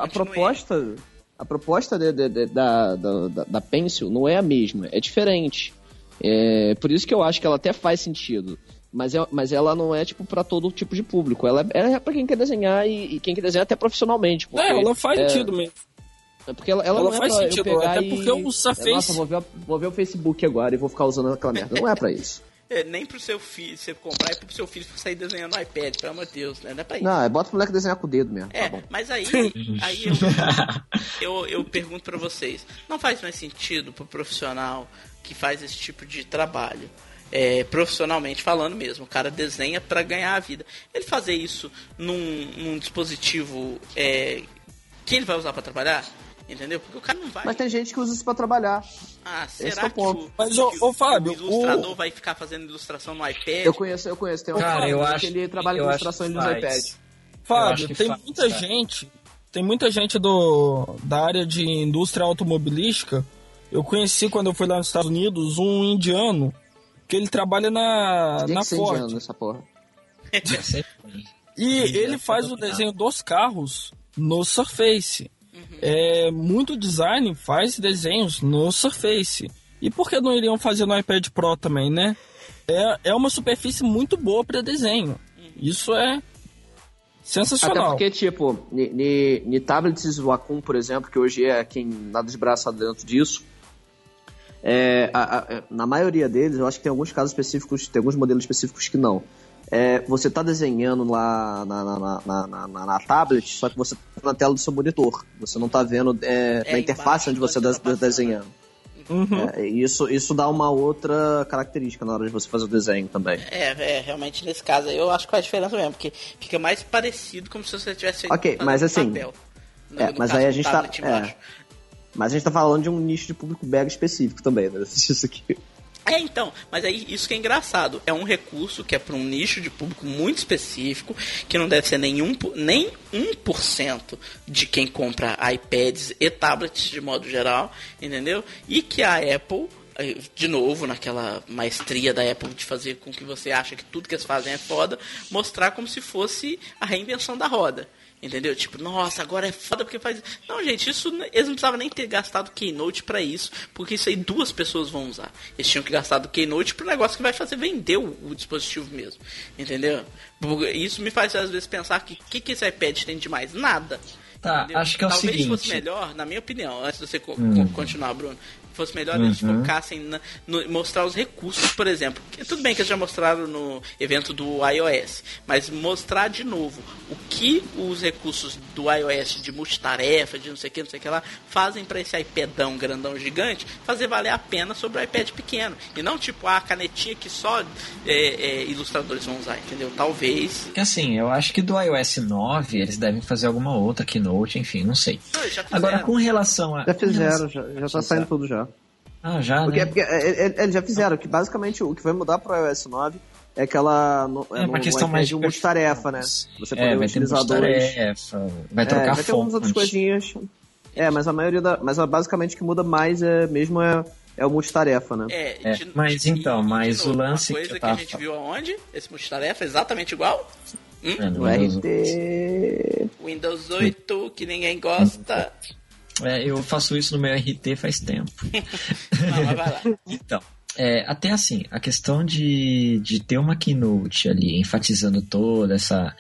a proposta da Pencil não é a mesma, é diferente. Por isso que eu acho que ela até faz sentido. Mas ela não é, tipo, pra todo tipo de público. Ela é pra quem quer desenhar e quem quer desenhar até profissionalmente. Porque, ela faz sentido mesmo. Porque ela não faz é pra sentido, eu pegar até porque o Surface... Nossa, vou ver o Facebook agora e vou ficar usando aquela merda. Não é pra isso. Nem pro seu filho, você comprar, é pro seu filho sair desenhando no iPad, pelo amor de Deus, né? Não é pra isso. Não, bota o moleque desenhar com o dedo mesmo. Tá bom. Mas aí eu pergunto pra vocês, não faz mais sentido pro profissional que faz esse tipo de trabalho, profissionalmente falando mesmo, o cara desenha pra ganhar a vida, ele fazer isso num dispositivo que ele vai usar pra trabalhar? Entendeu? Porque o cara não vai... Mas tem gente que usa isso pra trabalhar. Será que Fábio, o ilustrador vai ficar fazendo ilustração no iPad? Eu conheço. Tem um cara que ele trabalha com ilustração no iPad. Fábio, tem muita gente da área de indústria automobilística. Eu conheci quando eu fui lá nos Estados Unidos um indiano que ele trabalha na Ford. Indiano, essa porra. E ele faz o desenho dos carros no Surface. Muito design faz desenhos no Surface. E por que não iriam fazer no iPad Pro também, né? É uma superfície muito boa para desenho. Isso é sensacional. Até porque, tipo, em tablets Wacom, por exemplo, que hoje é quem nada de braçado dentro disso, na maioria deles, eu acho que tem alguns casos específicos, tem alguns modelos específicos que não. Você está desenhando lá na tablet, só que você está na tela do seu monitor. Você não está vendo na interface onde você está desenhando. Isso dá uma outra característica na hora de você fazer o desenho também. Realmente nesse caso eu acho que faz diferença mesmo, porque fica mais parecido como se você tivesse feito mas assim, papel. Mas aí a gente mas a gente tá falando de um nicho de público mega específico também, né? Isso aqui. Então, mas aí isso que é engraçado. É um recurso que é para um nicho de público muito específico, que não deve ser nem 1% de quem compra iPads e tablets de modo geral, entendeu? E que a Apple, de novo, naquela maestria da Apple de fazer com que você acha que tudo que eles fazem é foda, mostrar como se fosse a reinvenção da roda. Entendeu? Tipo, nossa, agora é foda porque faz... Não, gente, isso eles não precisavam nem ter gastado Keynote pra isso, porque isso aí 2 pessoas vão usar. Eles tinham que gastar do Keynote pro negócio que vai fazer vender o dispositivo mesmo. Entendeu? Isso me faz às vezes pensar que esse iPad tem de mais? Nada. Tá, entendeu? acho que é o seguinte... Talvez fosse melhor, na minha opinião, antes de você continuar, Bruno, fosse melhor eles focassem mostrar os recursos, por exemplo. Tudo bem que eles já mostraram no evento do iOS, mas mostrar de novo o que os recursos do iOS de multitarefa, de não sei o que lá, fazem para esse iPadão grandão gigante fazer valer a pena sobre o iPad pequeno. E não tipo a canetinha que só ilustradores vão usar, entendeu? Talvez. Porque assim, eu acho que do iOS 9 eles devem fazer alguma outra Keynote, enfim, não sei. Agora, com relação a... Já fizeram, já tá saindo tudo já. Ah, já, porque, né? Porque eles já fizeram, que basicamente o que vai mudar pro iOS 9 é aquela... uma questão mais de multitarefa, né? Você poder utilizar multitarefa, vai trocar vai ter algumas outras coisinhas. Mas a maioria mas basicamente o que muda mais é o multitarefa, né? Mas o lance... Uma coisa que a gente viu aonde? Esse multitarefa é exatamente igual? No RT... Windows 8, que ninguém gosta... eu faço isso no meu RT faz tempo. Não, mas vai lá. Então, até assim, a questão de ter uma keynote ali, enfatizando toda essa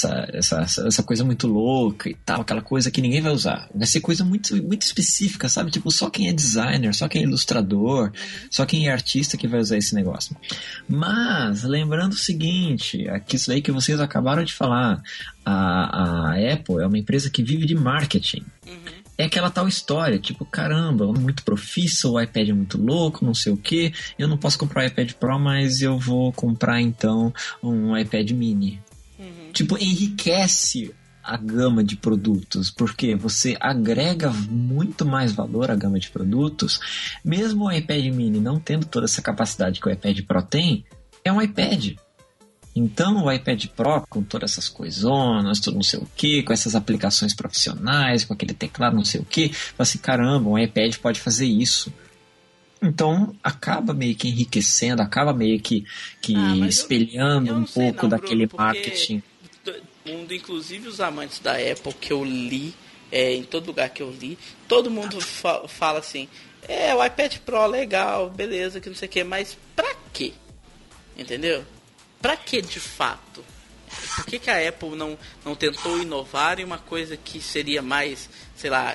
coisa muito louca e tal, aquela coisa que ninguém vai usar. Vai ser coisa muito, muito específica, sabe? Tipo, só quem é designer, só quem é ilustrador, só quem é artista que vai usar esse negócio. Mas, lembrando o seguinte, aqui isso daí que vocês acabaram de falar, a Apple é uma empresa que vive de marketing. É aquela tal história, tipo, caramba, muito profissa, o iPad é muito louco, não sei o que, eu não posso comprar o iPad Pro, mas eu vou comprar então um iPad mini. Tipo, enriquece a gama de produtos, porque você agrega muito mais valor à gama de produtos, mesmo o iPad mini não tendo toda essa capacidade que o iPad Pro tem, é um iPad. Então o iPad Pro, com todas essas coisonas, tudo não sei o que, com essas aplicações profissionais, com aquele teclado não sei o que, fala assim, caramba, um iPad pode fazer isso. Então acaba meio que enriquecendo, acaba meio que espelhando um pouco daquele marketing. Inclusive os amantes da Apple que eu li, em todo lugar que eu li, todo mundo fala assim, o iPad Pro legal, beleza, que não sei o que, mas pra quê? Entendeu? Pra que de fato? Por que a Apple não tentou inovar em uma coisa que seria mais, sei lá,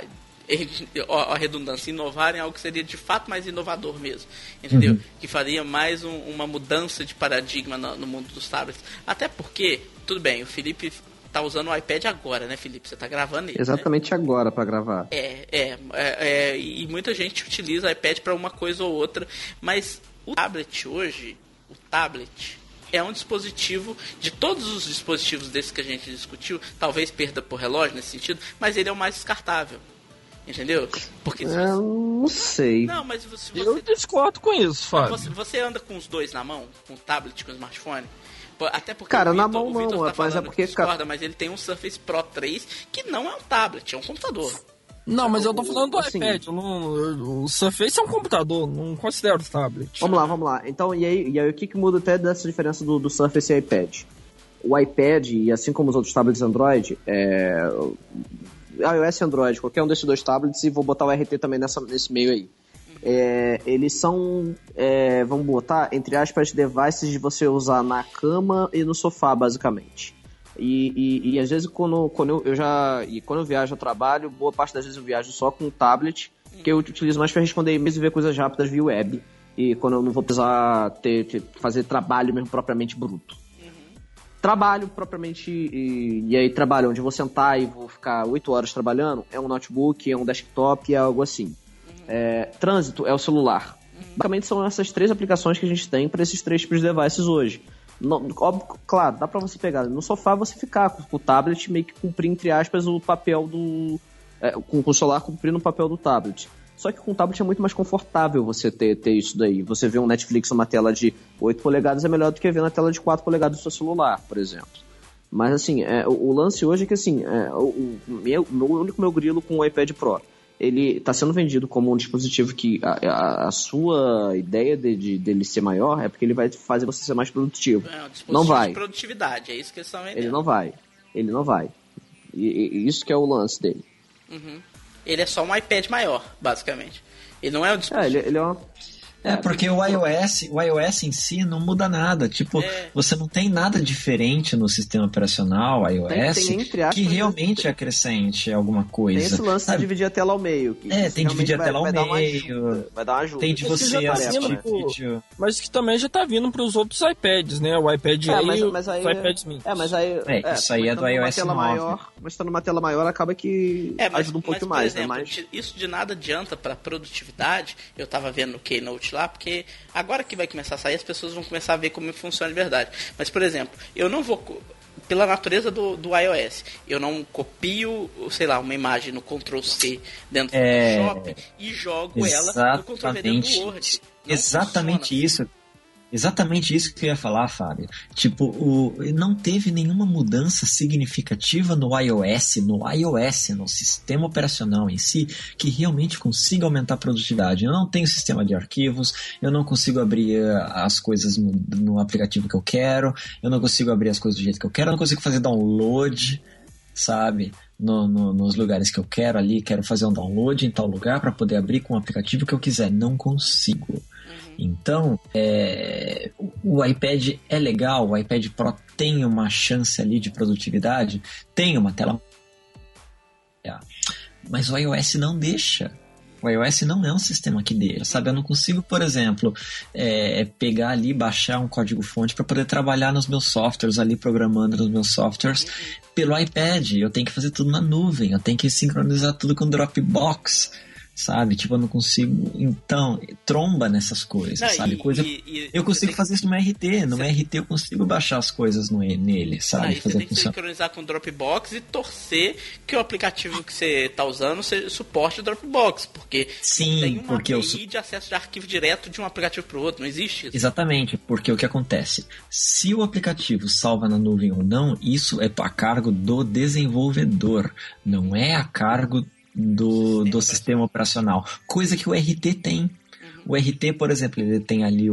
a redundância, inovar em algo que seria de fato mais inovador mesmo, entendeu? Que faria mais uma mudança de paradigma no mundo dos tablets. Até porque, tudo bem, o Felipe tá usando o iPad agora, né, Felipe? Você tá gravando ele, exatamente, né? Agora pra gravar. E muita gente utiliza o iPad pra uma coisa ou outra, mas o tablet hoje, é um dispositivo, de todos os dispositivos desses que a gente discutiu, talvez perda por relógio nesse sentido, mas ele é o mais descartável. Entendeu? Porque não sei. Não, mas se você... Eu discordo com isso, Fábio. Você anda com os dois na mão? Com o tablet, com o smartphone? Até porque cara, na mão não, tá mas é porque... mas ele tem um Surface Pro 3 que não é um tablet, é um computador. Não, mas eu tô falando do iPad. O Surface é um computador, não considero tablet. Vamos lá. Então, e aí o que muda até dessa diferença do Surface e iPad? O iPad, e assim como os outros tablets Android, iOS e Android, qualquer um desses dois tablets, e vou botar o RT também nesse meio aí. Eles são, vamos botar, entre aspas, devices de você usar na cama e no sofá, basicamente. E às vezes quando eu viajo ao trabalho, boa parte das vezes eu viajo só com o tablet, que eu utilizo mais para responder e-mails e ver coisas rápidas via web, e quando eu não vou precisar fazer trabalho mesmo propriamente bruto. Trabalho propriamente, e aí onde eu vou sentar e vou ficar 8 horas trabalhando, é um notebook, é um desktop, é algo assim. Trânsito é o celular. Basicamente são essas 3 aplicações que a gente tem para esses 3 tipos de devices hoje. Óbvio, claro, dá para você pegar no sofá, você ficar com o tablet meio que cumprir, entre aspas, o papel do... com o celular cumprindo o papel do tablet. Só que com o tablet é muito mais confortável você ter isso daí. Você vê um Netflix numa tela de 8 polegadas é melhor do que ver na tela de 4 polegadas do seu celular, por exemplo. Mas assim, o lance hoje é que assim, o único meu grilo com o iPad Pro, ele está sendo vendido como um dispositivo que a sua ideia dele ser maior é porque ele vai fazer você ser mais produtivo. Um dispositivo não vai. de produtividade, é isso que eles estão vendendo. Ele não vai. E isso que é o lance dele. Uhum. Ele é só um iPad maior, basicamente. Ele não é um dispositivo. Ele é uma... porque o iOS em si não muda nada. Tipo, você não tem nada diferente no sistema operacional iOS que realmente acrescente alguma coisa. Tem esse lance de dividir a tela ao meio. Tem de dividir a tela ao meio. Vai dar uma ajuda. Tem de você assistir vídeo. Mas que também já tá vindo pros outros iPads, né? O iPad Air e os iPads mini. Isso aí é do iOS 9. Mas tá numa tela maior, acaba que ajuda um pouco mais. Por exemplo, isso de nada adianta pra produtividade. Eu tava vendo no Keynote lá, porque agora que vai começar a sair, as pessoas vão começar a ver como funciona de verdade. Mas, por exemplo, eu não vou, pela natureza do iOS, eu não copio, sei lá, uma imagem no Ctrl+C dentro do Photoshop e jogo ela no Ctrl+V dentro do Word. Exatamente isso que eu ia falar, Fábio. Tipo, não teve nenhuma mudança significativa no iOS, no sistema operacional em si, que realmente consiga aumentar a produtividade. Eu não tenho sistema de arquivos, eu não consigo abrir as coisas no aplicativo que eu quero, eu não consigo abrir as coisas do jeito que eu quero, eu não consigo fazer download, sabe? Nos lugares que eu quero ali, quero fazer um download em tal lugar para poder abrir com o aplicativo que eu quiser. Não consigo. Então, o iPad é legal, o iPad Pro tem uma chance ali de produtividade, tem uma tela... Mas o iOS não deixa. O iOS não é um sistema que deixa, sabe? Eu não consigo, por exemplo, pegar ali, baixar um código-fonte para poder trabalhar nos meus softwares ali, programando nos meus softwares pelo iPad. Eu tenho que fazer tudo na nuvem, eu tenho que sincronizar tudo com Dropbox, sabe? Tipo, eu não consigo... Então, tromba nessas coisas, sabe? Eu consigo fazer isso no RT. No RT eu consigo baixar as coisas nele, sabe? Você tem que sincronizar com o Dropbox e torcer que o aplicativo que você está usando suporte o Dropbox, porque tem uma API de acesso de arquivo direto de um aplicativo para o outro. Não existe isso. Exatamente, porque o que acontece? Se o aplicativo salva na nuvem ou não, isso é a cargo do desenvolvedor. Não é a cargo do sistema operacional, coisa que o RT tem. O RT, por exemplo, ele tem ali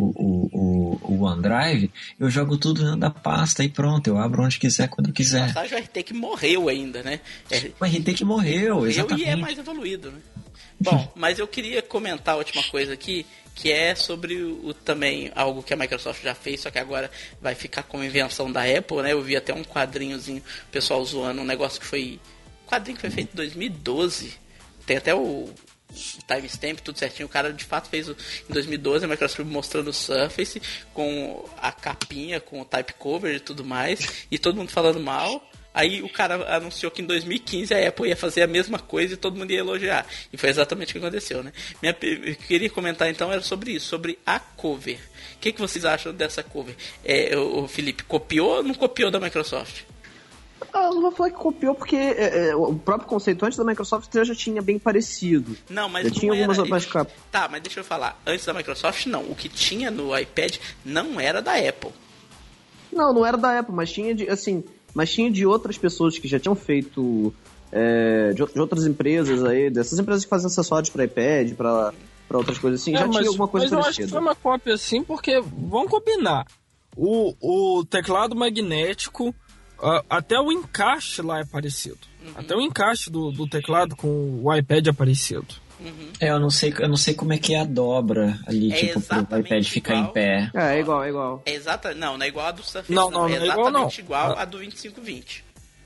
o OneDrive, eu jogo tudo dentro da pasta e pronto, eu abro onde quiser, quando quiser. O RT que morreu ainda, né? O RT que morreu, exatamente. E é mais evoluído, né? Bom, mas eu queria comentar a última coisa aqui, que é sobre também algo que a Microsoft já fez, só que agora vai ficar como invenção da Apple, né? Eu vi até um quadrinhozinho, o pessoal zoando, um negócio que foi... quadrinho que foi feito em 2012. Tem até o timestamp, tudo certinho. O cara de fato fez em 2012 a Microsoft mostrando o Surface com a capinha, com o type cover e tudo mais, e todo mundo falando mal. Aí o cara anunciou que em 2015 a Apple ia fazer a mesma coisa e todo mundo ia elogiar. E foi exatamente o que aconteceu, né? Eu queria comentar então era sobre isso, sobre a cover. O que vocês acham dessa cover? O Felipe, copiou ou não copiou da Microsoft? Eu não vou falar que copiou, porque o próprio conceito antes da Microsoft já tinha bem parecido. Não, mas já não tinha era... algumas capas. Tá, mas deixa eu falar. Antes da Microsoft, não. O que tinha no iPad não era da Apple. Não era da Apple, mas tinha de outras pessoas que já tinham feito, de outras empresas aí, dessas empresas que fazem acessórios para iPad, para outras coisas assim, já tinha alguma coisa parecida. Mas eu acho que foi uma cópia assim, porque, vamos combinar, o teclado magnético, até o encaixe lá é parecido. Até o encaixe do teclado com o iPad é parecido. Eu não sei como é que é a dobra ali, pro iPad ficar em pé. É igual. Não é igual a do Surface. Não, é exatamente igual a do 2520.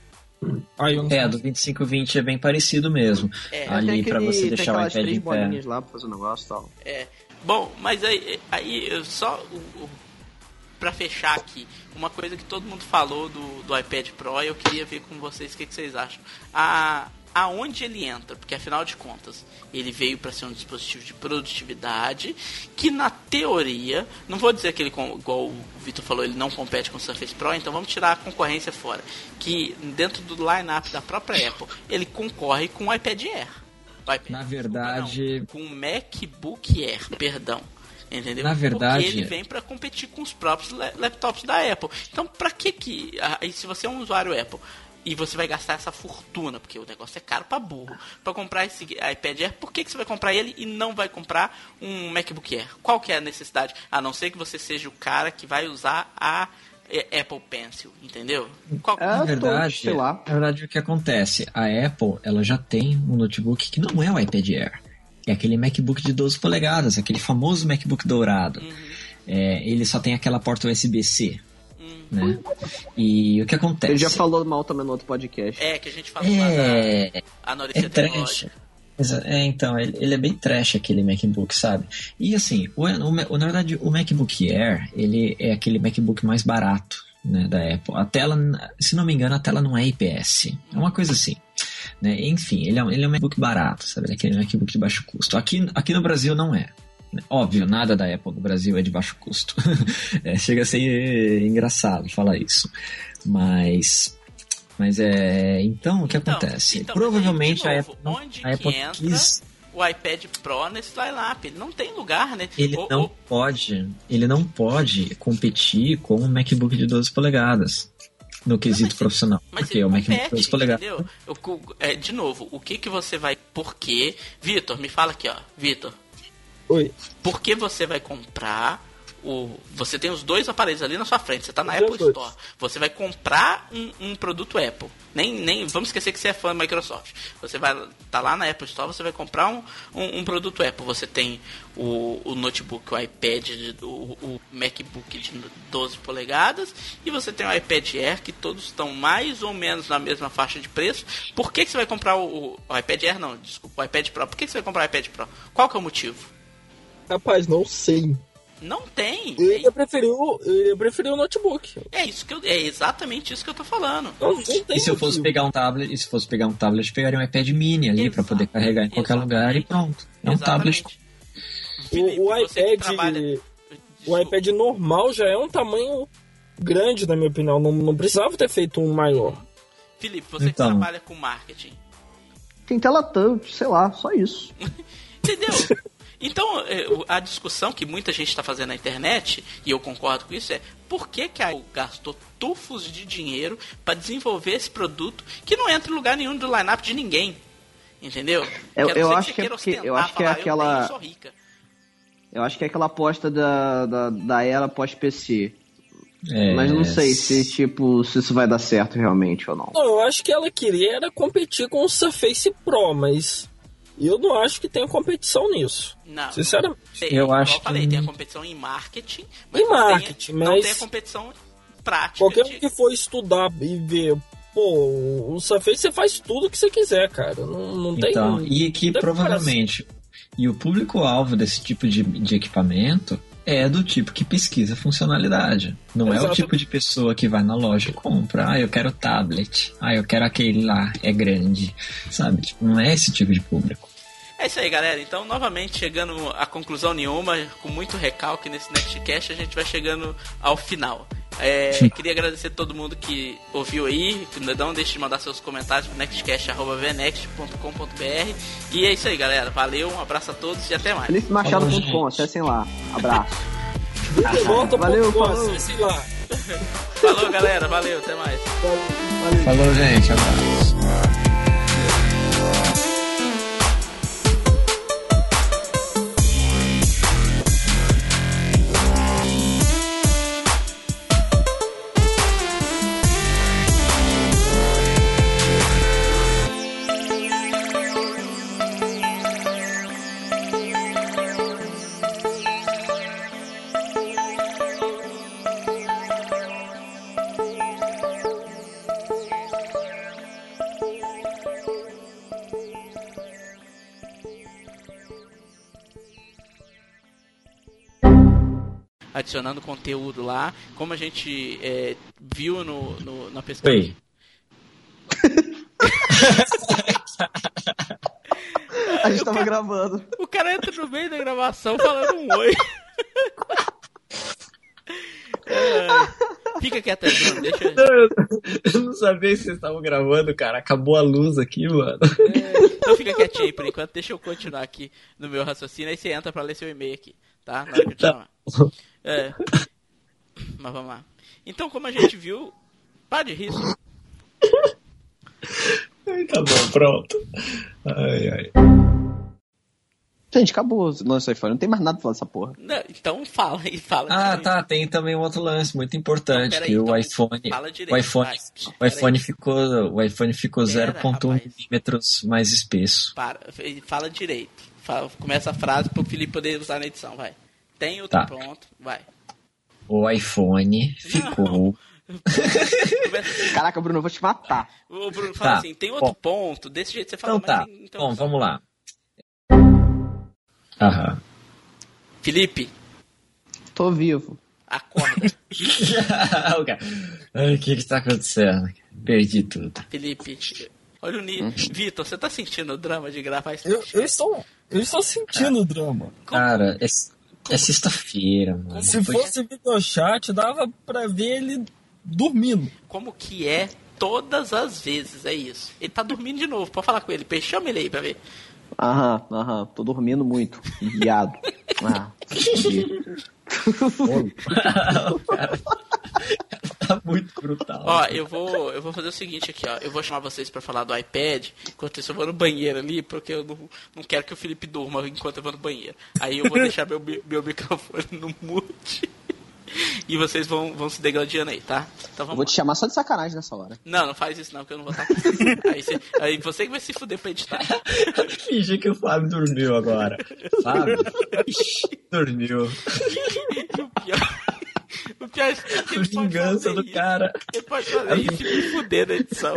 A do 2520 é bem parecido mesmo. Ali pra você deixar o iPad em pé. Bolinhas lá pra fazer um negócio e tal. Bom, mas aí só pra fechar aqui, uma coisa que todo mundo falou do iPad Pro, eu queria ver com vocês o que vocês acham. aonde ele entra, porque afinal de contas ele veio para ser um dispositivo de produtividade que na teoria, não vou dizer que ele, igual o Vitor falou, ele não compete com o Surface Pro, então vamos tirar a concorrência fora, que dentro do line-up da própria Apple ele concorre com o iPad Air. Na verdade, com o MacBook Air, perdão. Entendeu? Na verdade, porque ele vem para competir com os próprios laptops da Apple. Então, para que se você é um usuário Apple e você vai gastar essa fortuna, porque o negócio é caro para burro, para comprar esse iPad Air, por que você vai comprar ele e não vai comprar um MacBook Air? Qual que é a necessidade? A não ser que você seja o cara que vai usar a Apple Pencil, entendeu? Na verdade, sei lá. Na verdade, o que acontece? A Apple, ela já tem um notebook que não é o iPad Air. É aquele MacBook de 12 polegadas, aquele famoso MacBook dourado. Ele só tem aquela porta USB-C. Né? E o que acontece? Ele já falou mal também no outro podcast. Que a gente falou lá da anorexia tecnológica. Então, ele é bem trash aquele MacBook, sabe? E assim, na verdade, o MacBook Air, ele é aquele MacBook mais barato, né, da Apple. A tela, se não me engano, a tela não é IPS. É uma coisa assim. Né? Enfim, ele é um MacBook barato, sabe? Aquele MacBook de baixo custo. Aqui no Brasil não é. Óbvio, nada da Apple no Brasil é de baixo custo. Chega a ser engraçado falar isso. Mas então, o que acontece? Provavelmente novo, a Apple quis... o iPad Pro nesse line-up. Ele não tem lugar, né? Ele não pode competir com o MacBook de 12 polegadas. No quesito profissional. Porque o MacBook de 12 polegadas. De novo, o que você vai... Por quê? Vitor, me fala aqui, ó. Vitor. Oi. Por que você vai comprar você tem os dois aparelhos ali na sua frente, você tá na Apple Store, você vai comprar um produto Apple, nem vamos esquecer que você é fã da Microsoft, você vai tá lá na Apple Store, você vai comprar um produto Apple, você tem o notebook, o iPad, o MacBook de 12 polegadas e você tem o iPad Air, que todos estão mais ou menos na mesma faixa de preço. Por que você vai comprar o iPad Air? Não, desculpa, o iPad Pro. Por que você vai comprar o iPad Pro? Qual que é o motivo? Rapaz, não sei. Não tem. Eu ia preferir o notebook. É exatamente isso que eu tô falando. Não tem e se eu fosse pegar um tablet, eu pegaria um iPad mini ali para poder carregar em qualquer lugar e pronto. É um tablet. Felipe, o iPad normal já é um tamanho grande, na minha opinião. Não precisava ter feito um maior. Felipe, você que trabalha com marketing. Tem tela touch, sei lá, só isso. Entendeu? Então, a discussão que muita gente está fazendo na internet, e eu concordo com isso, é por que a Apple gastou tufos de dinheiro para desenvolver esse produto que não entra em lugar nenhum do line-up de ninguém. Entendeu? Eu acho que é aquela... Eu acho que é aquela aposta da era pós-PC. Mas não sei se isso vai dar certo realmente ou não. Não, eu acho que ela queria era competir com o Surface Pro, mas... eu não acho que tenha competição nisso. Não. Sinceramente. Eu acho que... falei, tem a competição em marketing. Mas não tem a competição prática. Qualquer um que for estudar e ver... o Surface você faz tudo que você quiser, cara. Não tem... Então, e que provavelmente... E o público-alvo desse tipo de equipamento é do tipo que pesquisa funcionalidade. Não é o tipo de pessoa que vai na loja e compra. Eu quero tablet. Eu quero aquele lá, é grande. Sabe? Não é esse tipo de público. É isso aí, galera. Então, novamente, chegando a conclusão nenhuma, com muito recalque nesse Nextcast, a gente vai chegando ao final. Queria agradecer a todo mundo que ouviu aí. Não deixe de mandar seus comentários pro nextcast@vnext.com.br. E é isso aí, galera. Valeu, um abraço a todos e até mais. FelipeMachado.com, acessem lá. Abraço. Valeu, acessem lá. Falou, galera. Valeu, até mais. Falou, gente. Abraço. Adicionando conteúdo lá, como a gente viu na pesquisa. Oi. A gente tava gravando. O cara entra no meio da gravação falando um oi. Fica quieto aí, Bruno. Deixa eu não sabia se vocês estavam gravando, cara. Acabou a luz aqui, mano. Então fica quietinho aí por enquanto. Deixa eu continuar aqui no meu raciocínio. Aí você entra pra ler seu e-mail aqui, tá? Na hora que eu te chamar. Mas vamos lá. Então, como a gente viu... Para de rir. Tá bom, pronto. Ai. Gente, acabou o lance do iPhone. Não tem mais nada pra falar dessa porra. Não, então fala. Tá. Tem também um outro lance muito importante. Não, que então, o iPhone... direito, o iPhone ficou 0.1 milímetros mais espesso. Fala direito. Começa a frase pro Felipe poder usar na edição, vai. Tem outro pronto, vai. O iPhone ficou... Caraca, Bruno, eu vou te matar. O Bruno fala assim, tem outro ponto, desse jeito você fala. Então tá, bom, vamos lá. Aham. Felipe. Tô vivo. Acorda. O que está acontecendo? Perdi tudo. Felipe, olha o nível. Vitor, você tá sentindo o drama de gravar isso? Eu estou sentindo o drama. Cara, é sexta-feira, mano. Se fosse videochat, dava pra ver ele dormindo. Como que é todas as vezes, é isso. Ele tá dormindo de novo, pode falar com ele. Chama ele aí pra ver. Aham, tô dormindo muito. Viado. Cara, tá muito brutal. Ó, eu vou fazer o seguinte aqui, ó. Eu vou chamar vocês pra falar do iPad. Enquanto isso, eu vou no banheiro ali, porque eu não quero que o Felipe durma enquanto eu vou no banheiro. Aí eu vou deixar meu microfone no mute. E vocês vão se degladiando aí, tá? Então vamos. Eu vou te chamar só de sacanagem nessa hora. Não faz isso não, que eu não vou estar aí você que vai se fuder pra editar. Fingir que o Fábio dormiu agora. Fábio? Dormiu. O pior é que vingança do cara. Ele pode fazer isso e me fuder na edição.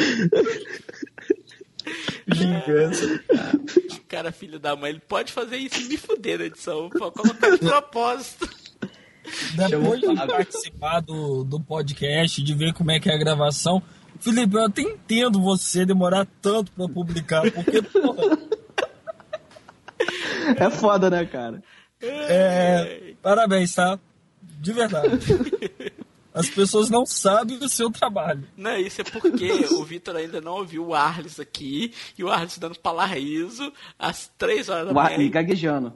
Vingança do cara. Cara, filho da mãe, ele pode fazer isso e me fuder na edição. Pode colocar de propósito. Depois de participar do podcast, de ver como é que é a gravação, Felipe, eu até entendo você demorar tanto pra publicar, porque, porra... É foda, né, cara? Parabéns, tá? De verdade. As pessoas não sabem do seu trabalho. Não, isso é porque o Vitor ainda não ouviu o Arles aqui, e o Arles dando palarriso às 3 horas da manhã. E gaguejando.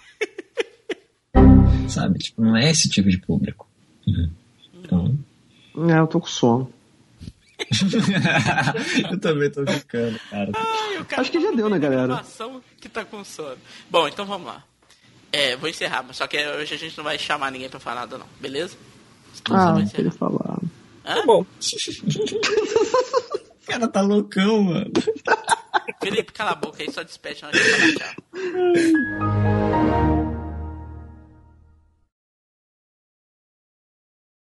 Sabe, tipo, não é esse tipo de público. Então... eu tô com sono. Eu também tô ficando, cara. Acho que já deu, né, galera? Que tá com sono. Bom, então vamos lá. Vou encerrar, mas só que hoje a gente não vai chamar ninguém pra falar nada não, beleza? Queria falar. Tá bom. O cara tá loucão, mano. Felipe, cala a boca aí, só despede na hora de falar tchau.